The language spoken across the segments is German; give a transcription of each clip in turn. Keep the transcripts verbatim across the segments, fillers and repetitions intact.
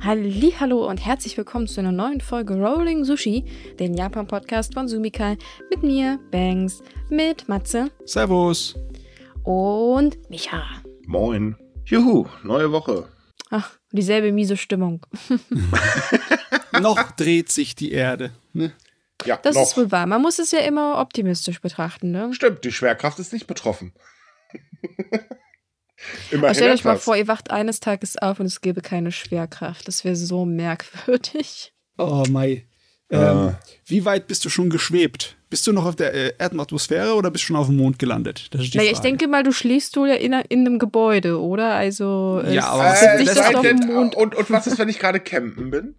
Hallihallo und herzlich willkommen zu einer neuen Folge Rolling Sushi, dem Japan-Podcast von Sumikai, mit mir, Banks, mit Matze. Servus. Und Micha. Moin. Juhu, neue Woche. Ach, dieselbe miese Stimmung. Noch dreht sich die Erde. Ne? Ja, das noch. ist wohl wahr. Man muss es ja immer optimistisch betrachten, ne? Stimmt, die Schwerkraft ist nicht betroffen. Aber stellt euch mal vor, ihr wacht eines Tages auf und es gäbe keine Schwerkraft. Das wäre so merkwürdig. Oh Mai. Ähm, äh. Wie weit bist du schon geschwebt? Bist du noch auf der äh, Erdatmosphäre oder bist du schon auf dem Mond gelandet? Das ist die naja, Frage. Ich denke mal, du schläfst du ja in, in einem Gebäude, oder? Also, ja, aber was äh, nicht, das auf dem Mond. Und, und was ist, wenn ich gerade campen bin?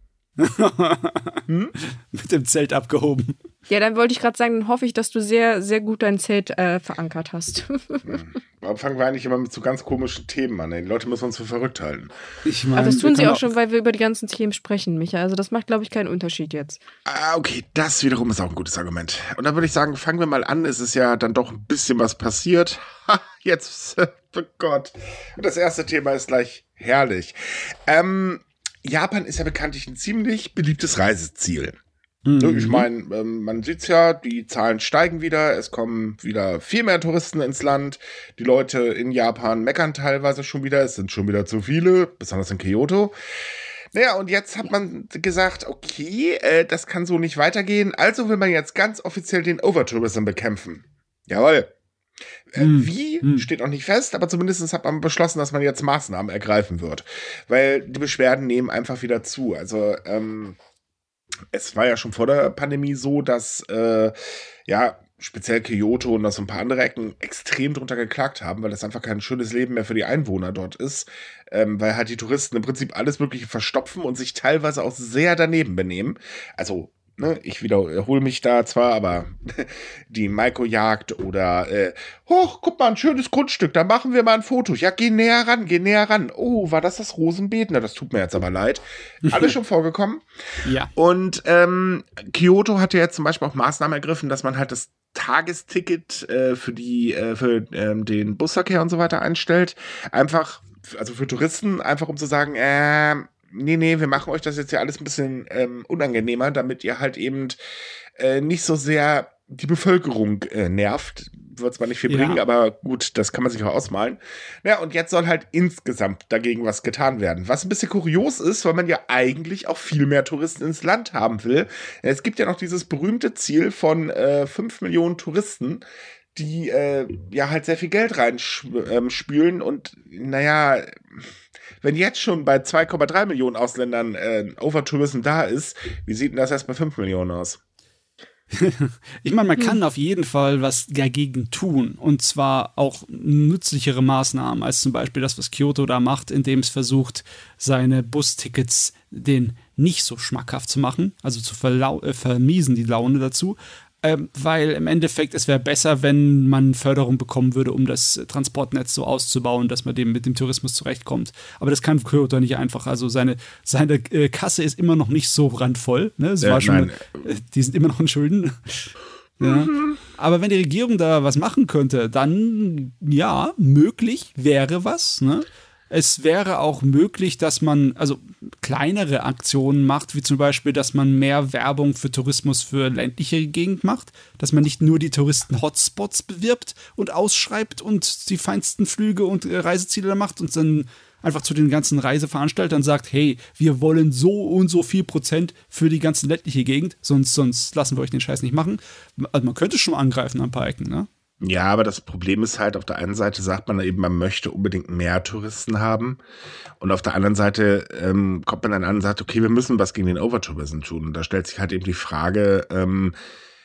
hm? Mit dem Zelt abgehoben. Ja, dann wollte ich gerade sagen, dann hoffe ich, dass du sehr, sehr gut dein Zelt äh, verankert hast. Hm. Warum fangen wir eigentlich immer mit so ganz komischen Themen an? Die Leute müssen uns für verrückt halten. Ich mein, aber das tun sie auch schon, weil wir über die ganzen Themen sprechen, Micha. Also das macht, glaube ich, keinen Unterschied jetzt. Ah, okay, das wiederum ist auch ein gutes Argument. Und dann würde ich sagen, fangen wir mal an. Es ist ja dann doch ein bisschen was passiert. Ha, jetzt, oh Gott. Und das erste Thema ist gleich herrlich. Ähm, Japan ist ja bekanntlich ein ziemlich beliebtes Reiseziel. Mhm. Ich meine, ähm, man sieht's ja, die Zahlen steigen wieder, es kommen wieder viel mehr Touristen ins Land. Die Leute in Japan meckern teilweise schon wieder, es sind schon wieder zu viele, besonders in Kyoto. Naja, und jetzt hat man gesagt, okay, äh, das kann so nicht weitergehen, also will man jetzt ganz offiziell den Overtourism bekämpfen. Jawohl. Äh, mm, wie, mm. steht noch nicht fest, aber zumindest hat man beschlossen, dass man jetzt Maßnahmen ergreifen wird. Weil die Beschwerden nehmen einfach wieder zu. Also, ähm, es war ja schon vor der Pandemie so, dass, äh, ja, speziell Kyoto und noch so ein paar andere Ecken extrem drunter geklagt haben, weil das einfach kein schönes Leben mehr für die Einwohner dort ist, ähm, weil halt die Touristen im Prinzip alles Mögliche verstopfen und sich teilweise auch sehr daneben benehmen. Also, ne, ich wiederhole mich da zwar, aber die Maiko-Jagd oder äh, hoch, guck mal, ein schönes Grundstück, da machen wir mal ein Foto. Ja, geh näher ran, geh näher ran. Oh, war das das Rosenbeet? Na, das tut mir jetzt aber leid. Alles schon vorgekommen. Ja. Und ähm, Kyoto hat ja jetzt zum Beispiel auch Maßnahmen ergriffen, dass man halt das Tagesticket äh, für die äh, für ähm, den Busverkehr und so weiter einstellt. Einfach, also für Touristen, einfach um zu sagen, äh, nee, nee, wir machen euch das jetzt ja alles ein bisschen ähm, unangenehmer, damit ihr halt eben äh, nicht so sehr die Bevölkerung äh, nervt. Wird zwar nicht viel bringen, ja. aber gut, das kann man sich auch ausmalen. Ja, und jetzt soll halt insgesamt dagegen was getan werden. Was ein bisschen kurios ist, weil man ja eigentlich auch viel mehr Touristen ins Land haben will. Es gibt ja noch dieses berühmte Ziel von äh, fünf Millionen Touristen, die äh, ja halt sehr viel Geld reinspülen ähm, und naja, wenn jetzt schon bei zwei Komma drei Millionen Ausländern äh, Overtourism da ist, wie sieht denn das erst bei fünf Millionen aus? Ich meine, man kann hm. auf jeden Fall was dagegen tun. Und zwar auch nützlichere Maßnahmen, als zum Beispiel das, was Kyoto da macht, indem es versucht, seine Bustickets den nicht so schmackhaft zu machen, also zu verlau- äh, vermiesen die Laune dazu. Ähm, weil im Endeffekt, es wäre besser, wenn man Förderung bekommen würde, um das Transportnetz so auszubauen, dass man dem mit dem Tourismus zurechtkommt. Aber das kann Kyoto nicht einfach. Also seine, seine äh, Kasse ist immer noch nicht so randvoll. Ne? Es ja, war schon, äh, die sind immer noch in Schulden. Ja. Mhm. Aber wenn die Regierung da was machen könnte, dann ja, möglich wäre was, ne? Es wäre auch möglich, dass man also kleinere Aktionen macht, wie zum Beispiel, dass man mehr Werbung für Tourismus für ländliche Gegend macht, dass man nicht nur die Touristen-Hotspots bewirbt und ausschreibt und die feinsten Flüge und Reiseziele da macht und dann einfach zu den ganzen Reiseveranstaltern sagt, hey, wir wollen so und so viel Prozent für die ganze ländliche Gegend, sonst, sonst lassen wir euch den Scheiß nicht machen. Also man könnte schon angreifen an ein paar Ecken, ne? Ja, aber das Problem ist halt, auf der einen Seite sagt man eben, man möchte unbedingt mehr Touristen haben und auf der anderen Seite ähm, kommt man dann an und sagt, okay, wir müssen was gegen den Overtourism tun. Und da stellt sich halt eben die Frage, ähm,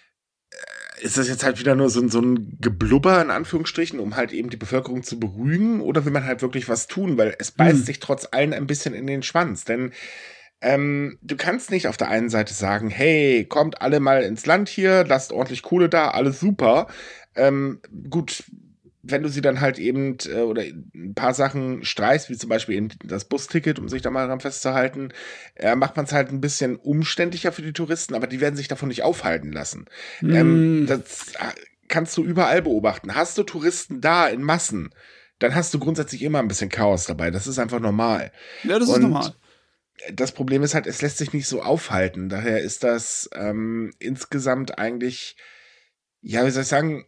ist das jetzt halt wieder nur so, so ein Geblubber in Anführungsstrichen, um halt eben die Bevölkerung zu beruhigen, oder will man halt wirklich was tun? Weil es beißt hm. sich trotz allem ein bisschen in den Schwanz, denn Ähm, du kannst nicht auf der einen Seite sagen, hey, kommt alle mal ins Land hier, lasst ordentlich Kohle da, alles super. Ähm, gut, wenn du sie dann halt eben äh, oder ein paar Sachen streichst, wie zum Beispiel eben das Busticket, um sich da mal dran festzuhalten, äh, macht man es halt ein bisschen umständlicher für die Touristen, aber die werden sich davon nicht aufhalten lassen. Mm. Ähm, das kannst du überall beobachten. Hast du Touristen da in Massen, dann hast du grundsätzlich immer ein bisschen Chaos dabei. Das ist einfach normal. Ja, das ist Und normal. das Problem ist halt, es lässt sich nicht so aufhalten. Daher ist das ähm, insgesamt eigentlich, ja, wie soll ich sagen,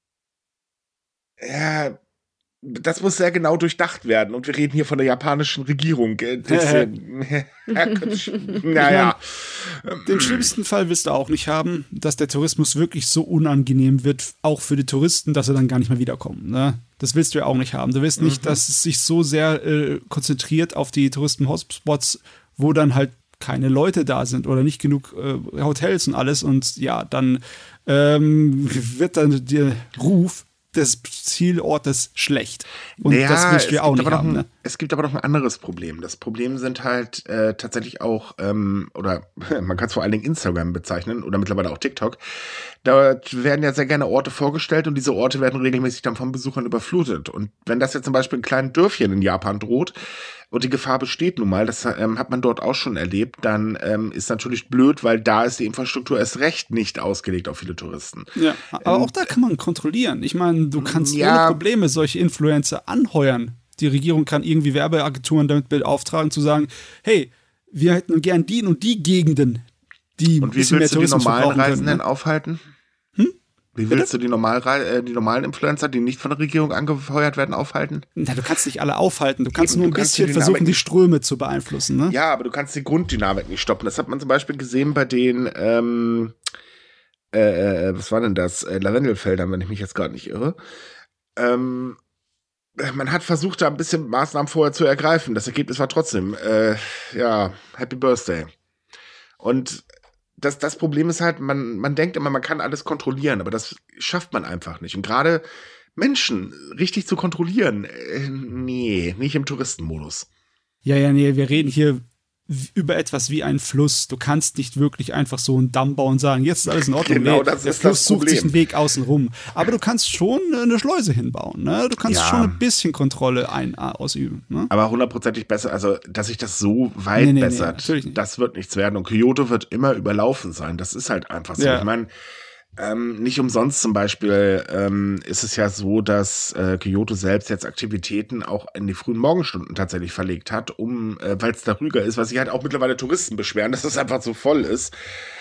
ja, das muss sehr genau durchdacht werden. Und wir reden hier von der japanischen Regierung. Das, äh, naja. Den schlimmsten Fall wirst du auch nicht haben, dass der Tourismus wirklich so unangenehm wird, auch für die Touristen, dass sie dann gar nicht mehr wiederkommen. Ne? Das willst du ja auch nicht haben. Du willst nicht, mhm. dass es sich so sehr äh, konzentriert auf die Touristen-Hotspots, wo dann halt keine Leute da sind oder nicht genug äh, Hotels und alles. Und ja, dann ähm, wird dann der Ruf des Zielortes schlecht. Und naja, das willst du ja auch nicht haben. Ein, ne? Es gibt aber noch ein anderes Problem. Das Problem sind halt äh, tatsächlich auch, ähm, oder man kann es vor allen Dingen Instagram bezeichnen oder mittlerweile auch TikTok. Da werden ja sehr gerne Orte vorgestellt und diese Orte werden regelmäßig dann von Besuchern überflutet. Und wenn das jetzt zum Beispiel in kleinen Dörfchen in Japan droht, und die Gefahr besteht nun mal, das ähm, hat man dort auch schon erlebt, dann ähm, ist natürlich blöd, weil da ist die Infrastruktur erst recht nicht ausgelegt auf viele Touristen. Ja, aber ähm, auch da kann man kontrollieren. Ich meine, du kannst ja, ohne Probleme solche Influencer anheuern. Die Regierung kann irgendwie Werbeagenturen damit beauftragen, zu sagen, hey, wir hätten gern die und die Gegenden, die und wie willst mehr du Tourismus die normalen Reisenden können, ne? aufhalten? Hm? Wie willst Bitte? du die, normal, äh, die normalen Influencer, die nicht von der Regierung angefeuert werden, aufhalten? Na, du kannst nicht alle aufhalten. Du kannst Eben, nur ein bisschen die versuchen, die Ströme zu beeinflussen. Ne? Ja, aber du kannst die Grunddynamik nicht stoppen. Das hat man zum Beispiel gesehen bei den, ähm, äh, was war denn das? Äh, Lavendelfeldern, wenn ich mich jetzt gerade nicht irre. Ähm, man hat versucht, da ein bisschen Maßnahmen vorher zu ergreifen. Das Ergebnis war trotzdem, äh, ja, Happy Birthday. Und Das, das Problem ist halt, man, man denkt immer, man kann alles kontrollieren, aber das schafft man einfach nicht. Und gerade Menschen richtig zu kontrollieren, äh, nee, nicht im Touristenmodus. Ja, ja, nee, wir reden hier über etwas wie einen Fluss. Du kannst nicht wirklich einfach so einen Damm bauen und sagen, jetzt ist alles in Ordnung. Genau, nee, das der ist Fluss das sucht Problem. sich einen Weg außen rum. Aber du kannst schon eine Schleuse hinbauen. Ne? Du kannst ja. schon ein bisschen Kontrolle ein, ausüben. Ne? Aber hundertprozentig besser, also dass sich das so weit nee, nee, bessert, nee, das wird nichts werden. Und Kyoto wird immer überlaufen sein. Das ist halt einfach so. Ja. Ich meine, Ähm, nicht umsonst zum Beispiel ähm, ist es ja so, dass äh, Kyoto selbst jetzt Aktivitäten auch in die frühen Morgenstunden tatsächlich verlegt hat, um, äh, weil es da ruhiger ist, was sich halt auch mittlerweile Touristen beschweren, dass es einfach so voll ist.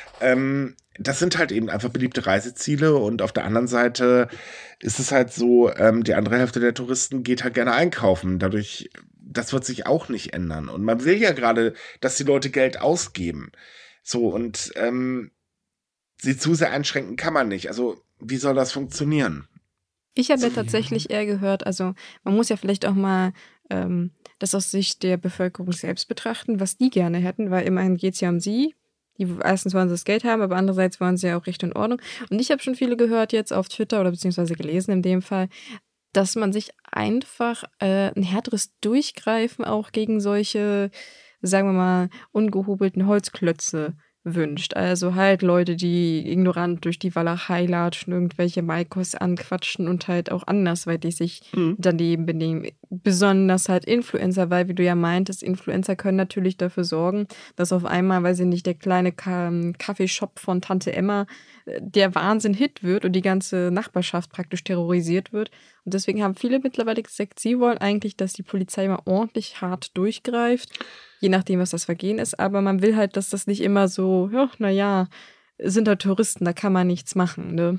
Ähm, das sind halt eben einfach beliebte Reiseziele und auf der anderen Seite ist es halt so, ähm, die andere Hälfte der Touristen geht halt gerne einkaufen. Dadurch, das wird sich auch nicht ändern. Und man will ja gerade, dass die Leute Geld ausgeben. So, und ähm, sie zu sehr einschränken kann man nicht. Also, wie soll das funktionieren? Ich habe ja tatsächlich eher gehört, also man muss ja vielleicht auch mal ähm, das aus Sicht der Bevölkerung selbst betrachten, was die gerne hätten, weil immerhin geht es ja um sie. Die, erstens wollen sie das Geld haben, aber andererseits wollen sie ja auch Recht und Ordnung. Und ich habe schon viele gehört jetzt auf Twitter oder beziehungsweise gelesen in dem Fall, dass man sich einfach äh, ein härteres Durchgreifen auch gegen solche, sagen wir mal, ungehobelten Holzklötze wünscht. Also halt Leute, die ignorant durch die Walachei latschen, irgendwelche Maikos anquatschen und halt auch andersweitig sich mhm. daneben benehmen. Besonders halt Influencer, weil, wie du ja meintest, Influencer können natürlich dafür sorgen, dass auf einmal, weil sie nicht der kleine Ka- Kaffeeshop von Tante Emma der Wahnsinn-Hit wird und die ganze Nachbarschaft praktisch terrorisiert wird. Und deswegen haben viele mittlerweile gesagt, sie wollen eigentlich, dass die Polizei mal ordentlich hart durchgreift, je nachdem, was das Vergehen ist. Aber man will halt, dass das nicht immer so, ja, naja, sind da Touristen, da kann man nichts machen, ne?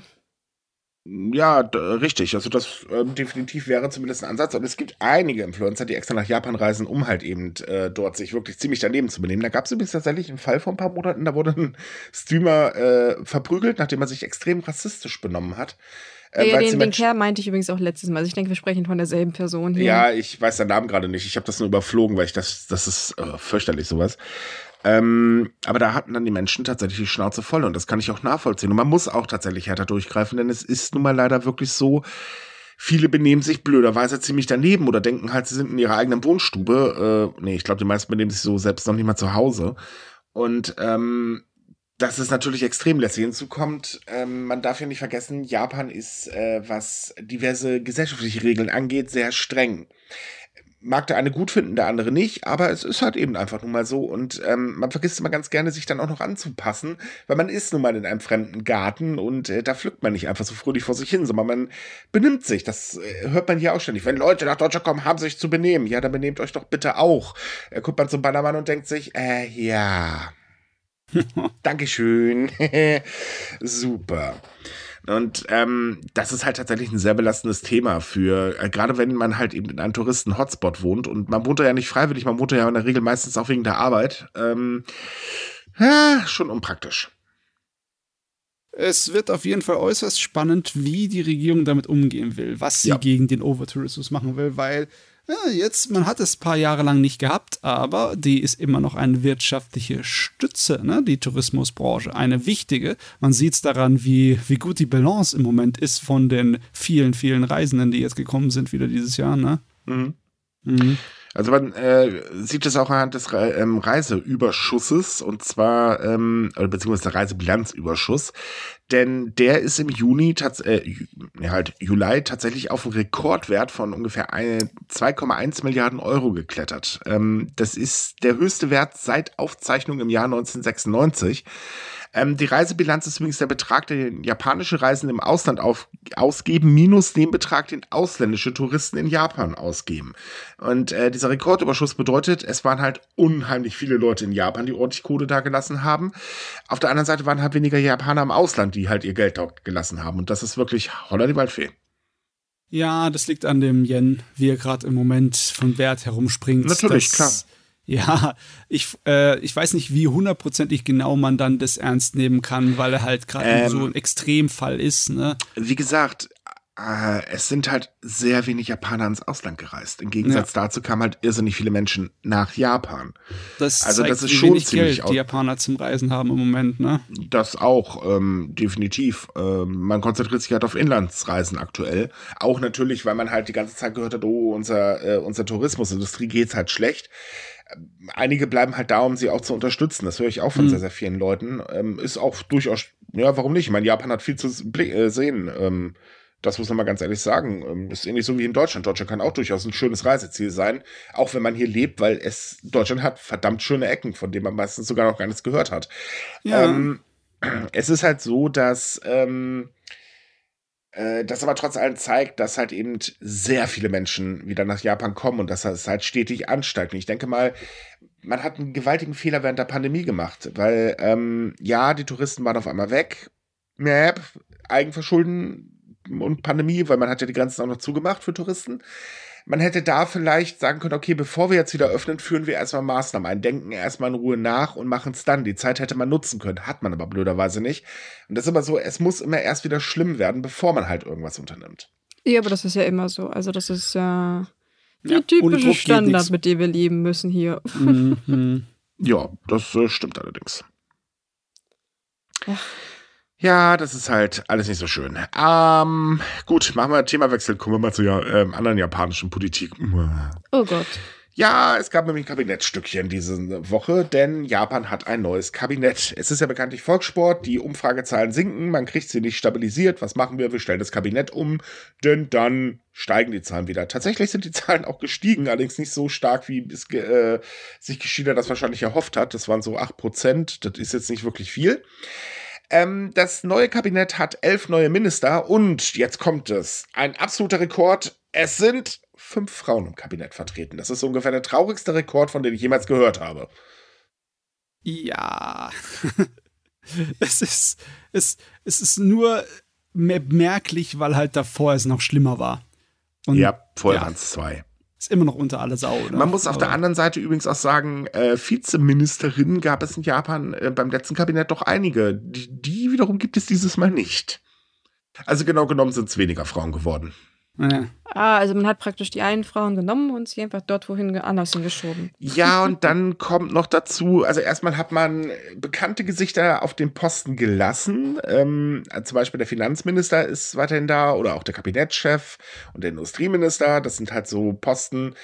Ja, d- richtig. Also das äh, definitiv wäre zumindest ein Ansatz. Und es gibt einige Influencer, die extra nach Japan reisen, um halt eben äh, dort sich wirklich ziemlich daneben zu benehmen. Da gab es übrigens tatsächlich einen Fall vor ein paar Monaten, da wurde ein Streamer äh, verprügelt, nachdem er sich extrem rassistisch benommen hat. Äh, ja, den, den Kerl meinte ich übrigens auch letztes Mal. Also ich denke, wir sprechen von derselben Person hier. Ja, ich weiß seinen Namen gerade nicht. Ich habe das nur überflogen, weil ich das, das ist äh, fürchterlich sowas. Ähm, aber da hatten dann die Menschen tatsächlich die Schnauze voll und das kann ich auch nachvollziehen. Und man muss auch tatsächlich härter durchgreifen, denn es ist nun mal leider wirklich so, viele benehmen sich blöderweise ziemlich daneben oder denken halt, sie sind in ihrer eigenen Wohnstube. Äh, nee, ich glaube, die meisten benehmen sich so selbst noch nicht mal zu Hause. Und ähm, das ist natürlich extrem lässig. Hinzu kommt, ähm, man darf ja nicht vergessen, Japan ist, äh, was diverse gesellschaftliche Regeln angeht, sehr streng. mag der eine gut finden, der andere nicht, aber es ist halt eben einfach nun mal so und ähm, man vergisst immer ganz gerne, sich dann auch noch anzupassen, weil man ist nun mal in einem fremden Garten und äh, da pflückt man nicht einfach so fröhlich vor sich hin, sondern man benimmt sich. Das äh, hört man hier auch ständig. Wenn Leute nach Deutschland kommen, haben sich zu benehmen. Ja, dann benehmt euch doch bitte auch. Äh, guckt man zum Ballermann und denkt sich, äh, ja. Dankeschön. Super. Und ähm, das ist halt tatsächlich ein sehr belastendes Thema für, äh, gerade wenn man halt eben in einem Touristen-Hotspot wohnt und man wohnt da ja nicht freiwillig, man wohnt da ja in der Regel meistens auch wegen der Arbeit. Ähm, ja, schon unpraktisch. Es wird auf jeden Fall äußerst spannend, wie die Regierung damit umgehen will, was sie Ja. gegen den Overtourismus machen will, weil ja, jetzt, man hat es ein paar Jahre lang nicht gehabt, aber die ist immer noch eine wirtschaftliche Stütze, ne? Die Tourismusbranche, eine wichtige. Man sieht es daran, wie, wie gut die Balance im Moment ist von den vielen, vielen Reisenden, die jetzt gekommen sind wieder dieses Jahr, ne? Mhm. Mhm. Also man äh, sieht es auch anhand des Re- ähm, Reiseüberschusses und zwar, ähm, oder beziehungsweise der Reisebilanzüberschuss, denn der ist im Juni, tats- äh, Ju- ja, halt Juli tatsächlich auf einen Rekordwert von ungefähr eine- zwei Komma eins Milliarden Euro geklettert. Ähm, das ist der höchste Wert seit Aufzeichnung im Jahr neunzehnhundertsechsundneunzig. Ähm, die Reisebilanz ist übrigens der Betrag, den japanische Reisende im Ausland auf, ausgeben, minus den Betrag, den ausländische Touristen in Japan ausgeben. Und äh, dieser Rekordüberschuss bedeutet, es waren halt unheimlich viele Leute in Japan, die ordentlich Kohle da gelassen haben. Auf der anderen Seite waren halt weniger Japaner im Ausland, die halt ihr Geld dort gelassen haben. Und das ist wirklich holla die Waldfee. Ja, das liegt an dem Yen, wie er gerade im Moment von Wert herumspringt. Natürlich, das, klar. Ja, ich, äh, ich weiß nicht, wie hundertprozentig genau man dann das ernst nehmen kann, weil er halt gerade Ähm, so ein Extremfall ist, ne? Wie gesagt, äh, es sind halt sehr wenig Japaner ins Ausland gereist. Im Gegensatz dazu kamen halt irrsinnig viele Menschen nach Japan. Das Also zeigt, das ist wie schon wenig ziemlich Geld au- die Japaner zum Reisen haben im Moment, ne? Das auch, ähm, definitiv. Ähm, man konzentriert sich halt auf Inlandsreisen aktuell. Auch natürlich, weil man halt die ganze Zeit gehört hat, oh, unser, äh, unser Tourismusindustrie geht's halt schlecht. Ähm, Einige bleiben halt da, um sie auch zu unterstützen. Das höre ich auch von Mhm. sehr, sehr vielen Leuten. Ähm, ist auch durchaus, ja, warum nicht? Ich meine, Japan hat viel zu bli- äh, sehen. Ähm, das muss man mal ganz ehrlich sagen. Ähm, ist ähnlich so wie in Deutschland. Deutschland kann auch durchaus ein schönes Reiseziel sein, auch wenn man hier lebt, weil es, Deutschland hat verdammt schöne Ecken, von denen man meistens sogar noch gar nichts gehört hat. Ja. Ähm, es ist halt so, dass ähm, äh, das aber trotz allem zeigt, dass halt eben sehr viele Menschen wieder nach Japan kommen und dass es halt stetig ansteigt. Und ich denke mal, man hat einen gewaltigen Fehler während der Pandemie gemacht, weil ähm, ja, die Touristen waren auf einmal weg. Mäp, Eigenverschulden und Pandemie, weil man hat ja die Grenzen auch noch zugemacht für Touristen. Man hätte da vielleicht sagen können, okay, bevor wir jetzt wieder öffnen, führen wir erstmal Maßnahmen ein, denken erstmal in Ruhe nach und machen es dann. Die Zeit hätte man nutzen können, hat man aber blöderweise nicht. Und das ist immer so, es muss immer erst wieder schlimm werden, bevor man halt irgendwas unternimmt. Ja, aber das ist ja immer so. Also das ist ja die Ja, ohne typische Druck geht Standard, nix. mit dem wir leben müssen hier. Mhm. Ja, das äh, stimmt allerdings. Ja. Ja, das ist halt alles nicht so schön. Ähm, gut, machen wir Themawechsel, kommen wir mal zur ja, ähm, anderen japanischen Politik. Oh Gott. Ja, es gab nämlich ein Kabinettstückchen diese Woche, denn Japan hat ein neues Kabinett. Es ist ja bekanntlich Volkssport, die Umfragezahlen sinken, man kriegt sie nicht stabilisiert. Was machen wir? Wir stellen das Kabinett um, denn dann steigen die Zahlen wieder. Tatsächlich sind die Zahlen auch gestiegen, allerdings nicht so stark, wie es äh, sich Kishida das wahrscheinlich erhofft hat. Das waren so acht Prozent, das ist jetzt nicht wirklich viel. Ähm, das neue Kabinett hat elf neue Minister und jetzt kommt es. Ein absoluter Rekord. Es sind fünf Frauen im Kabinett vertreten. Das ist ungefähr der traurigste Rekord, von dem ich jemals gehört habe. Ja. es ist, es, es ist nur mer- merklich, weil halt davor es noch schlimmer war. Und ja, vorher ja, waren es zwei. ist immer noch unter aller Sau, oder? Man muss auf Aber- der anderen Seite übrigens auch sagen, äh, Vizeministerinnen gab es in Japan äh, beim letzten Kabinett doch einige. Die, die wiederum gibt es dieses Mal nicht. Also genau genommen sind es weniger Frauen geworden. Ja. Ah, also man hat praktisch die einen Frauen genommen und sie einfach dort wohin anders hingeschoben. Ja, und dann kommt noch dazu, also erstmal hat man bekannte Gesichter auf den Posten gelassen. Ähm, zum Beispiel der Finanzminister ist weiterhin da oder auch der Kabinettschef und der Industrieminister. Das sind halt so Posten,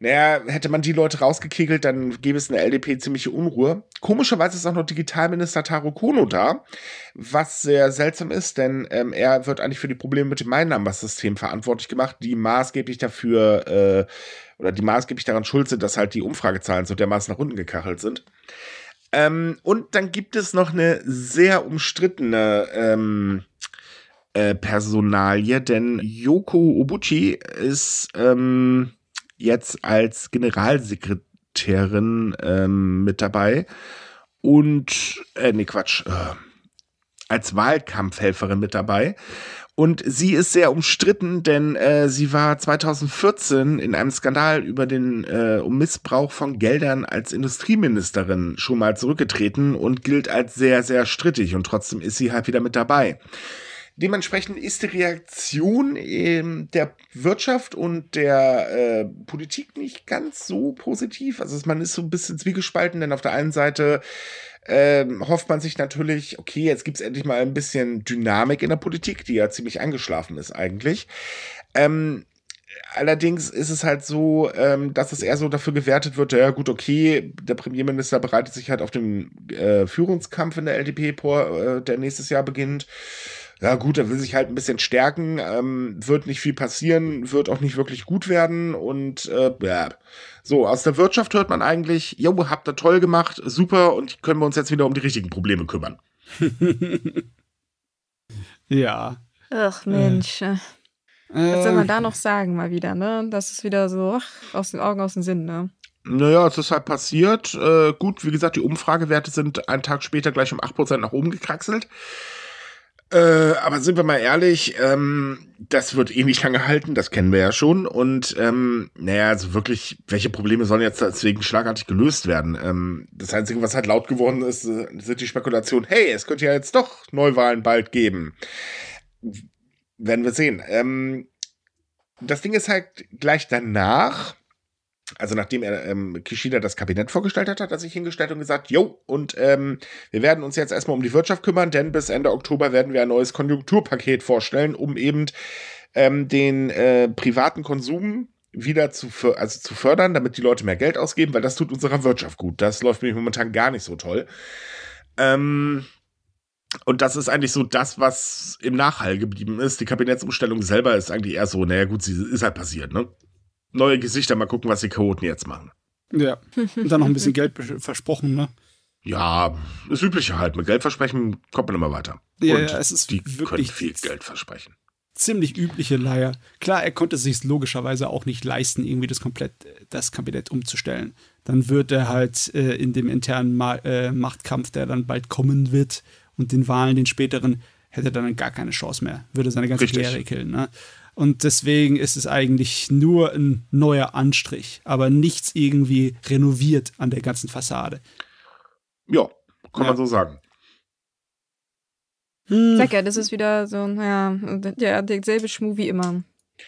naja, hätte man die Leute rausgekegelt, dann gäbe es in der L D P ziemliche Unruhe. Komischerweise ist auch noch Digitalminister Taro Kono da, was sehr seltsam ist, denn ähm, er wird eigentlich für die Probleme mit dem Mein-Numbers-System verantwortlich gemacht, die maßgeblich dafür äh, oder die maßgeblich daran schuld sind, dass halt die Umfragezahlen so dermaßen nach unten gekachelt sind. Ähm, und dann gibt es noch eine sehr umstrittene ähm, äh, Personalie, denn Yoko Obuchi ist ähm, jetzt als Generalsekretärin ähm, mit dabei und, äh, nee, Quatsch, äh, als Wahlkampfhelferin mit dabei. Und sie ist sehr umstritten, denn äh, sie war zwanzig vierzehn in einem Skandal über den äh, um Missbrauch von Geldern als Industrieministerin schon mal zurückgetreten und gilt als sehr, sehr strittig. Und trotzdem ist sie halt wieder mit dabei. Dementsprechend ist die Reaktion ähm, der Wirtschaft und der äh, Politik nicht ganz so positiv. Also man ist so ein bisschen zwiegespalten, denn auf der einen Seite ähm, hofft man sich natürlich, okay, jetzt gibt's endlich mal ein bisschen Dynamik in der Politik, die ja ziemlich eingeschlafen ist eigentlich. Ähm, allerdings ist es halt so, ähm, dass es eher so dafür gewertet wird, ja gut, okay, der Premierminister bereitet sich halt auf den äh, Führungskampf in der L D P vor, äh, der nächstes Jahr beginnt. Ja gut, er will sich halt ein bisschen stärken, ähm, wird nicht viel passieren, wird auch nicht wirklich gut werden und äh, ja. So, aus der Wirtschaft hört man eigentlich, jo, habt ihr toll gemacht, super, und können wir uns jetzt wieder um die richtigen Probleme kümmern. Ja. Ach Mensch. Äh, Was soll man da noch sagen mal wieder, ne? Das ist wieder so ach, aus den Augen, aus dem Sinn, ne? Naja, es ist halt passiert. Äh, gut, wie gesagt, die Umfragewerte sind einen Tag später gleich um acht Prozent nach oben gekraxelt. Äh, aber sind wir mal ehrlich, ähm, das wird eh nicht lange halten, das kennen wir ja schon. Und ähm, naja, also wirklich, welche Probleme sollen jetzt deswegen schlagartig gelöst werden? Ähm, das Einzige, was halt laut geworden ist, sind die Spekulationen, hey, es könnte ja jetzt doch Neuwahlen bald geben. Werden wir sehen. Ähm, das Ding ist halt gleich danach, also nachdem er ähm, Kishida das Kabinett vorgestellt hat, hat er sich hingestellt und gesagt, jo, und ähm, wir werden uns jetzt erstmal um die Wirtschaft kümmern, denn bis Ende Oktober werden wir ein neues Konjunkturpaket vorstellen, um eben ähm, den äh, privaten Konsum wieder zu, also zu fördern, damit die Leute mehr Geld ausgeben, weil das tut unserer Wirtschaft gut. Das läuft nämlich momentan gar nicht so toll. Ähm, und das ist eigentlich so das, was im Nachhall geblieben ist. Die Kabinettsumstellung selber ist eigentlich eher so, naja gut, sie ist halt passiert, ne? Neue Gesichter, mal gucken, was die Chaoten jetzt machen. Ja, und dann noch ein bisschen Geld versprochen, ne? Ja, das Übliche halt. Mit Geldversprechen kommt man immer weiter. Ja, und ja, es ist die wirklich können viel Geld versprechen. Ziemlich übliche Leier. Klar, er konnte es sich logischerweise auch nicht leisten, irgendwie das komplett, das Kabinett umzustellen. Dann wird er halt äh, in dem internen Ma- äh, Machtkampf, der dann bald kommen wird, und den Wahlen, den späteren, hätte er dann gar keine Chance mehr. Würde seine ganze Karriere killen, ne? Und deswegen ist es eigentlich nur ein neuer Anstrich, aber nichts irgendwie renoviert an der ganzen Fassade. Ja, kann ja. man so sagen. Hm. Sag ja, das ist wieder so, ja, ja, derselbe Schmuh wie immer.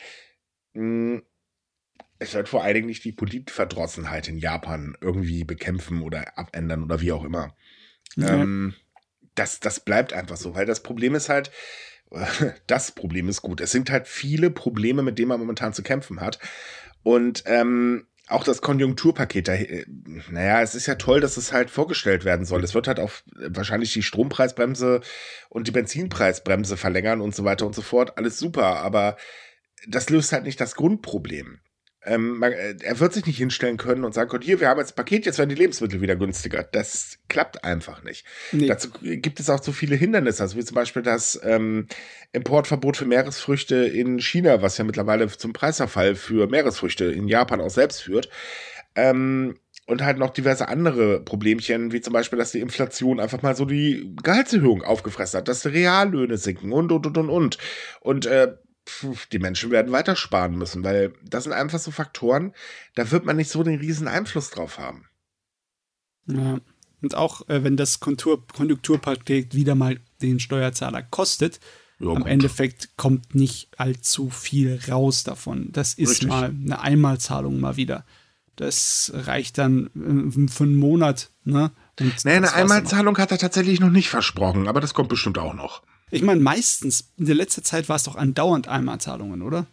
Es wird vor allen Dingen nicht die Politverdrossenheit in Japan irgendwie bekämpfen oder abändern oder wie auch immer. Ja. Ähm, das, das bleibt einfach so, weil das Problem ist halt, das Problem ist gut. Es sind halt viele Probleme, mit denen man momentan zu kämpfen hat. Und ähm, auch das Konjunkturpaket, da, naja, es ist ja toll, dass es halt vorgestellt werden soll. Es wird halt auch wahrscheinlich die Strompreisbremse und die Benzinpreisbremse verlängern und so weiter und so fort. Alles super, aber das löst halt nicht das Grundproblem. Ähm, man, er wird sich nicht hinstellen können und sagen können, hier, wir haben jetzt ein Paket, jetzt werden die Lebensmittel wieder günstiger. Das klappt einfach nicht. Nee. Dazu gibt es auch zu viele Hindernisse, also wie zum Beispiel das ähm, Importverbot für Meeresfrüchte in China, was ja mittlerweile zum Preisverfall für Meeresfrüchte in Japan auch selbst führt. Ähm, und halt noch diverse andere Problemchen, wie zum Beispiel, dass die Inflation einfach mal so die Gehaltserhöhung aufgefressen hat, dass die Reallöhne sinken und, und, und, und, und. Und, äh, die Menschen werden weiter sparen müssen, weil das sind einfach so Faktoren, da wird man nicht so den riesen Einfluss drauf haben. Ja, und auch äh, wenn das Kontur- Konjunkturpaket wieder mal den Steuerzahler kostet, ja, am gut. Endeffekt kommt nicht allzu viel raus davon. Das ist Richtig. mal eine Einmalzahlung mal wieder. Das reicht dann äh, für einen Monat. Ne? Und nee, eine Einmalzahlung hat er tatsächlich noch nicht versprochen, aber das kommt bestimmt auch noch. Ich meine, meistens, in der letzten Zeit war es doch andauernd Einmalzahlungen, oder?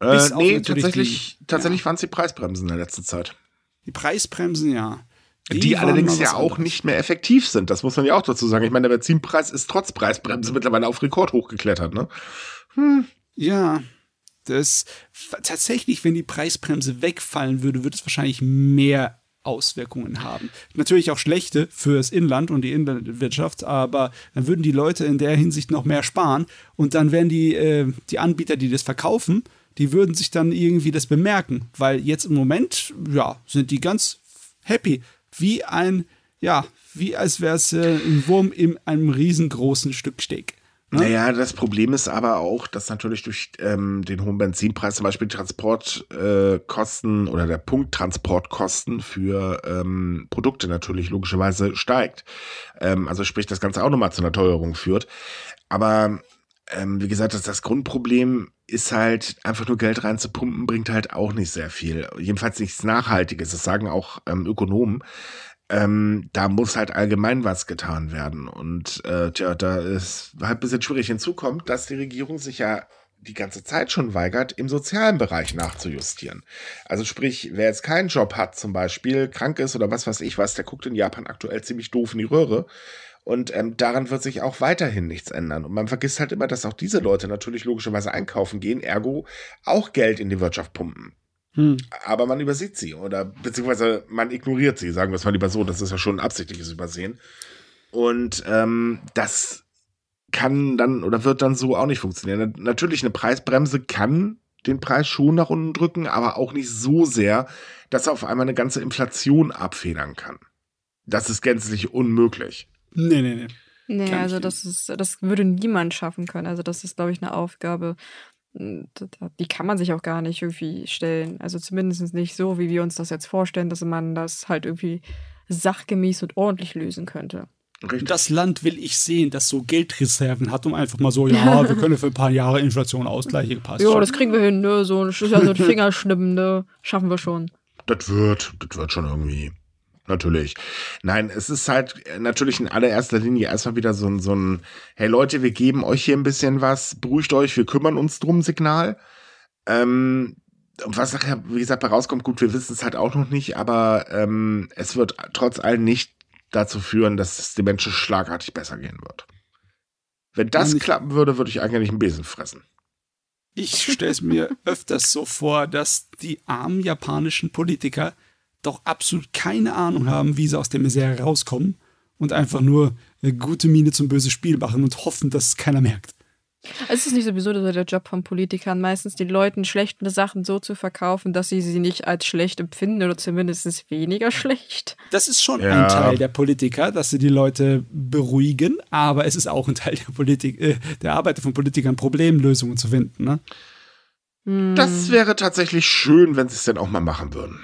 Äh, nee, tatsächlich, die, tatsächlich ja. waren es die Preisbremsen in der letzten Zeit. Die Preisbremsen, ja. Die, die allerdings ja auch anderes. nicht mehr effektiv sind. Das muss man ja auch dazu sagen. Ich meine, der Benzinpreis ist trotz Preisbremse mittlerweile auf Rekord hochgeklettert, ne? Hm. Ja, das tatsächlich, wenn die Preisbremse wegfallen würde, würde es wahrscheinlich mehr Auswirkungen haben. Natürlich auch schlechte fürs Inland und die Inlandwirtschaft, aber dann würden die Leute in der Hinsicht noch mehr sparen und dann wären die, äh, die Anbieter, die das verkaufen, die würden sich dann irgendwie das bemerken, weil jetzt im Moment, ja, sind die ganz happy. Wie ein, ja, wie als wäre es äh, ein Wurm in einem riesengroßen Stück Steak. Ne? Naja, das Problem ist aber auch, dass natürlich durch ähm, den hohen Benzinpreis zum Beispiel Transportkosten äh, oder der Punkt Transportkosten für ähm, Produkte natürlich logischerweise steigt. Ähm, also sprich, das Ganze auch nochmal zu einer Teuerung führt. Aber ähm, wie gesagt, das, das Grundproblem ist halt, einfach nur Geld reinzupumpen, bringt halt auch nicht sehr viel. Jedenfalls nichts Nachhaltiges. Das sagen auch ähm, Ökonomen. Ähm, da muss halt allgemein was getan werden. Und äh, tja, da ist halt ein bisschen schwierig. Hinzu kommt, dass die Regierung sich ja die ganze Zeit schon weigert, im sozialen Bereich nachzujustieren. Also sprich, wer jetzt keinen Job hat, zum Beispiel krank ist oder was weiß ich was, der guckt in Japan aktuell ziemlich doof in die Röhre. Und ähm, daran wird sich auch weiterhin nichts ändern. Und man vergisst halt immer, dass auch diese Leute natürlich logischerweise einkaufen gehen, ergo auch Geld in die Wirtschaft pumpen. Hm. Aber man übersieht sie oder beziehungsweise man ignoriert sie, sagen wir es mal lieber so. Das ist ja schon ein absichtliches Übersehen. Und ähm, das kann dann oder wird dann so auch nicht funktionieren. Natürlich, eine Preisbremse kann den Preis schon nach unten drücken, aber auch nicht so sehr, dass er auf einmal eine ganze Inflation abfedern kann. Das ist gänzlich unmöglich. Nee, nee, nee. Nee, kann also das ist, das würde niemand schaffen können. Also das ist, glaube ich, eine Aufgabe, die kann man sich auch gar nicht irgendwie stellen. Also zumindest nicht so, wie wir uns das jetzt vorstellen, dass man das halt irgendwie sachgemäß und ordentlich lösen könnte. Richtig. Das Land will ich sehen, das so Geldreserven hat, um einfach mal so, ja, wir können für ein paar Jahre Inflation ausgleichen. Passt ja, schon. Das kriegen wir hin, ne? So, das ist ja so ein Fingerschnippen, ne? Schaffen wir schon. Das wird, das wird schon irgendwie. Natürlich. Nein, es ist halt natürlich in allererster Linie erstmal wieder so ein, so ein, hey Leute, wir geben euch hier ein bisschen was, beruhigt euch, wir kümmern uns drum, Signal. Ähm, und was nachher, wie gesagt, bei rauskommt, gut, wir wissen es halt auch noch nicht, aber ähm, es wird trotz allem nicht dazu führen, dass es den Menschen schlagartig besser gehen wird. Wenn das ich, klappen würde, würde ich eigentlich einen Besen fressen. Ich stelle es mir öfters so vor, dass die armen japanischen Politiker doch absolut keine Ahnung haben, wie sie aus der Misere rauskommen und einfach nur eine gute Miene zum bösen Spiel machen und hoffen, dass es keiner merkt. Es ist nicht sowieso der Job von Politikern, meistens den Leuten schlechte Sachen so zu verkaufen, dass sie sie nicht als schlecht empfinden oder zumindest weniger schlecht. Das ist schon ja. ein Teil der Politiker, dass sie die Leute beruhigen, aber es ist auch ein Teil der Politik, äh, der Arbeit von Politikern, Problemlösungen zu finden. Ne? Hm. Das wäre tatsächlich schön, wenn sie es denn auch mal machen würden.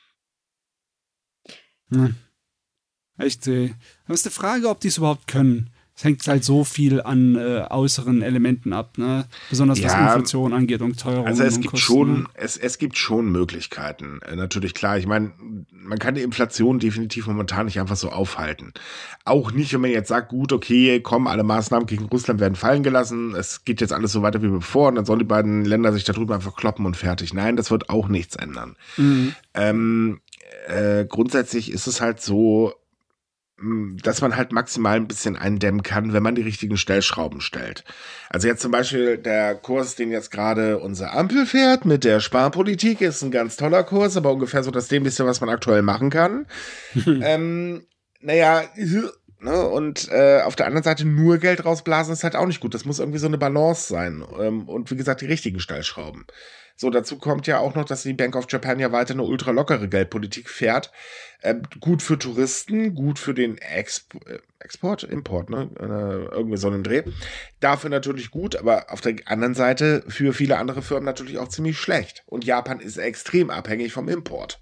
Hm. Echt, ey. Aber es ist eine Frage, ob die es überhaupt können. Es hängt halt so viel an äh, äußeren Elementen ab, ne? Besonders was ja, Inflation angeht und Teuerung. Also es und gibt Kosten, schon, ne? es, es gibt schon Möglichkeiten. Äh, natürlich klar, ich meine, man kann die Inflation definitiv momentan nicht einfach so aufhalten. Auch nicht, wenn man jetzt sagt, gut, okay, komm, alle Maßnahmen gegen Russland werden fallen gelassen, es geht jetzt alles so weiter wie bevor und dann sollen die beiden Länder sich darüber einfach kloppen und fertig. Nein, das wird auch nichts ändern. Mhm. Ähm, äh, grundsätzlich ist es halt so, dass man halt maximal ein bisschen eindämmen kann, wenn man die richtigen Stellschrauben stellt. Also jetzt zum Beispiel der Kurs, den jetzt gerade unsere Ampel fährt mit der Sparpolitik, ist ein ganz toller Kurs, aber ungefähr so das dämlichste, was man aktuell machen kann. ähm, naja, ne, und äh, auf der anderen Seite nur Geld rausblasen ist halt auch nicht gut. Das muss irgendwie so eine Balance sein. Ähm, und wie gesagt, die richtigen Stellschrauben. So, dazu kommt ja auch noch, dass die Bank of Japan ja weiter eine ultra lockere Geldpolitik fährt. Ähm, gut für Touristen, gut für den Exp- äh, Export, Import, ne? Äh, irgendwie so einen Dreh. Dafür natürlich gut, aber auf der anderen Seite für viele andere Firmen natürlich auch ziemlich schlecht. Und Japan ist extrem abhängig vom Import.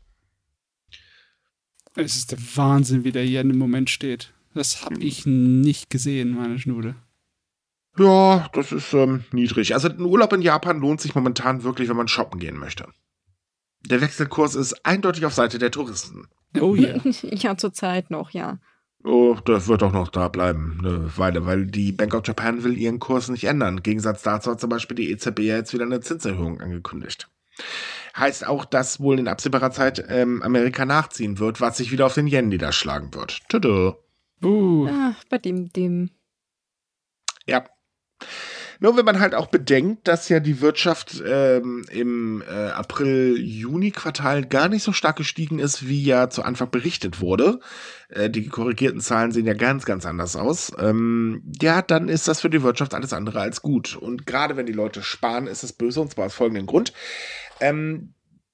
Es ist der Wahnsinn, wie der Yen im Moment steht. Das habe ich nicht gesehen, meine Schnude. Ja, das ist ähm, niedrig. Also ein Urlaub in Japan lohnt sich momentan wirklich, wenn man shoppen gehen möchte. Der Wechselkurs ist eindeutig auf Seite der Touristen. Oh ja. Yeah. Ja, zurzeit noch, ja. Oh, das wird auch noch da bleiben, eine Weile, weil die Bank of Japan will ihren Kurs nicht ändern. Im Gegensatz dazu hat zum Beispiel die E Z B ja jetzt wieder eine Zinserhöhung angekündigt. Heißt auch, dass wohl in absehbarer Zeit ähm, Amerika nachziehen wird, was sich wieder auf den Yen niederschlagen wird. Tada. Uh. Ach, bei dem, dem. Ja. Nur wenn man halt auch bedenkt, dass ja die Wirtschaft ähm, im äh, April-Juni-Quartal gar nicht so stark gestiegen ist, wie ja zu Anfang berichtet wurde. Äh, die korrigierten Zahlen sehen ja ganz, ganz anders aus. Ähm, ja, dann ist das für die Wirtschaft alles andere als gut. Und gerade wenn die Leute sparen, ist es böse, und zwar aus folgendem Grund. Ähm,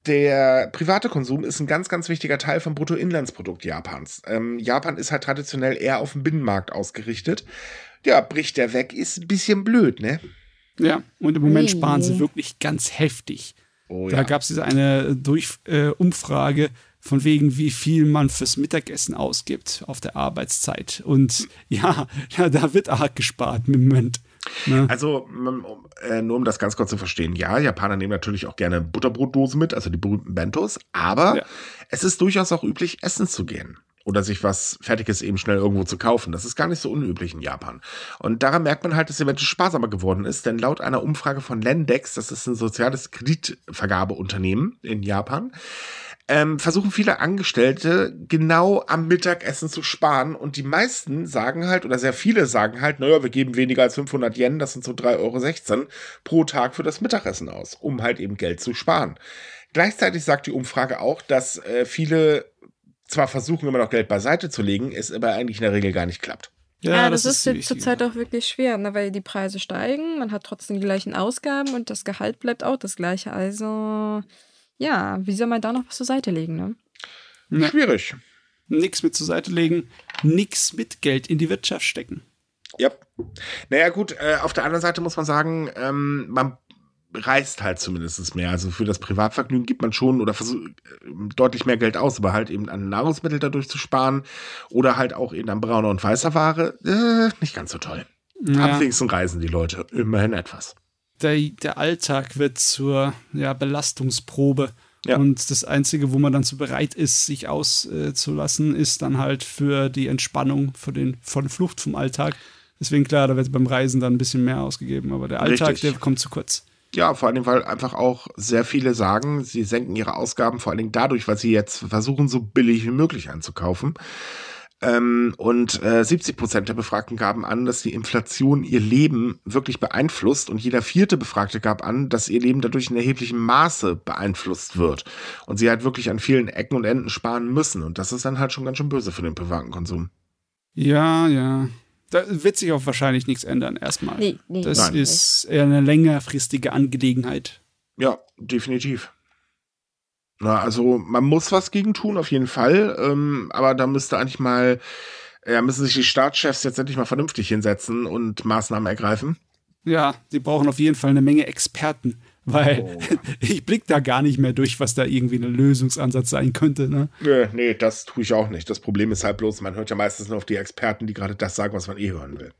Der private Konsum ist ein ganz, ganz wichtiger Teil vom Bruttoinlandsprodukt Japans. Ähm, Japan ist halt traditionell eher auf den Binnenmarkt ausgerichtet. Ja, bricht der weg, ist ein bisschen blöd, ne? Ja, und im Moment Hey. sparen sie wirklich ganz heftig. Oh, Da ja. gab es diese eine Durch, äh, Umfrage von wegen, wie viel man fürs Mittagessen ausgibt auf der Arbeitszeit. Und ja, ja da wird arg gespart im Moment. Ne? Also, um, äh, nur um das ganz kurz zu verstehen, ja, Japaner nehmen natürlich auch gerne Butterbrotdosen mit, also die berühmten Bentos, aber Ja. es ist durchaus auch üblich, essen zu gehen. Oder sich was Fertiges eben schnell irgendwo zu kaufen. Das ist gar nicht so unüblich in Japan. Und daran merkt man halt, dass die Menschen sparsamer geworden ist, denn laut einer Umfrage von Lendex, das ist ein soziales Kreditvergabeunternehmen in Japan, ähm, versuchen viele Angestellte genau am Mittagessen zu sparen. Und die meisten sagen halt, oder sehr viele sagen halt, naja, wir geben weniger als fünfhundert Yen, das sind so drei Euro sechzehn pro Tag für das Mittagessen aus, um halt eben Geld zu sparen. Gleichzeitig sagt die Umfrage auch, dass äh, viele zwar versuchen, immer noch Geld beiseite zu legen, es aber eigentlich in der Regel gar nicht klappt. Ja, das, ist die jetzt wichtige zurzeit Sache. auch wirklich schwer, ne, weil die Preise steigen, man hat trotzdem die gleichen Ausgaben und das Gehalt bleibt auch das gleiche. Also, ja, wie soll man da noch was zur Seite legen, ne? Ja. Schwierig. Nix mit zur Seite legen, nix mit Geld in die Wirtschaft stecken. Ja. Naja, gut, äh, auf der anderen Seite muss man sagen, ähm, man reist halt zumindest mehr. Also für das Privatvergnügen gibt man schon oder versucht äh, deutlich mehr Geld aus, aber halt eben an Nahrungsmittel dadurch zu sparen oder halt auch eben an brauner und weißer Ware, äh, nicht ganz so toll. Ja. Am wenigsten reisen die Leute immerhin etwas. Der, der Alltag wird zur ja, Belastungsprobe. Ja. Und das Einzige, wo man dann so bereit ist, sich auszulassen, ist dann halt für die Entspannung, für den, von Flucht vom Alltag. Deswegen, klar, da wird beim Reisen dann ein bisschen mehr ausgegeben. Aber der Alltag, Richtig. der kommt zu kurz. Ja, vor allen Dingen, weil einfach auch sehr viele sagen, sie senken ihre Ausgaben, vor allen Dingen dadurch, weil sie jetzt versuchen, so billig wie möglich einzukaufen. Ähm, und äh, siebzig Prozent der Befragten gaben an, dass die Inflation ihr Leben wirklich beeinflusst. Und jeder vierte Befragte gab an, dass ihr Leben dadurch in erheblichem Maße beeinflusst wird. Und sie halt wirklich an vielen Ecken und Enden sparen müssen. Und das ist dann halt schon ganz schön böse für den privaten Konsum. Ja, ja. Da wird sich auch wahrscheinlich nichts ändern, erstmal. Nee, nee. Das Nein. ist eher eine längerfristige Angelegenheit. Ja, definitiv. Na, also man muss was gegen tun, auf jeden Fall. Ähm, aber da müsste eigentlich mal, ja, müssen sich die Staatschefs jetzt endlich mal vernünftig hinsetzen und Maßnahmen ergreifen. Ja, sie brauchen auf jeden Fall eine Menge Experten, weil Oh. ich blick da gar nicht mehr durch, was da irgendwie ein Lösungsansatz sein könnte. Ne? Nö, nee, das tue ich auch nicht. Das Problem ist halt bloß, man hört ja meistens nur auf die Experten, die gerade das sagen, was man eh hören will.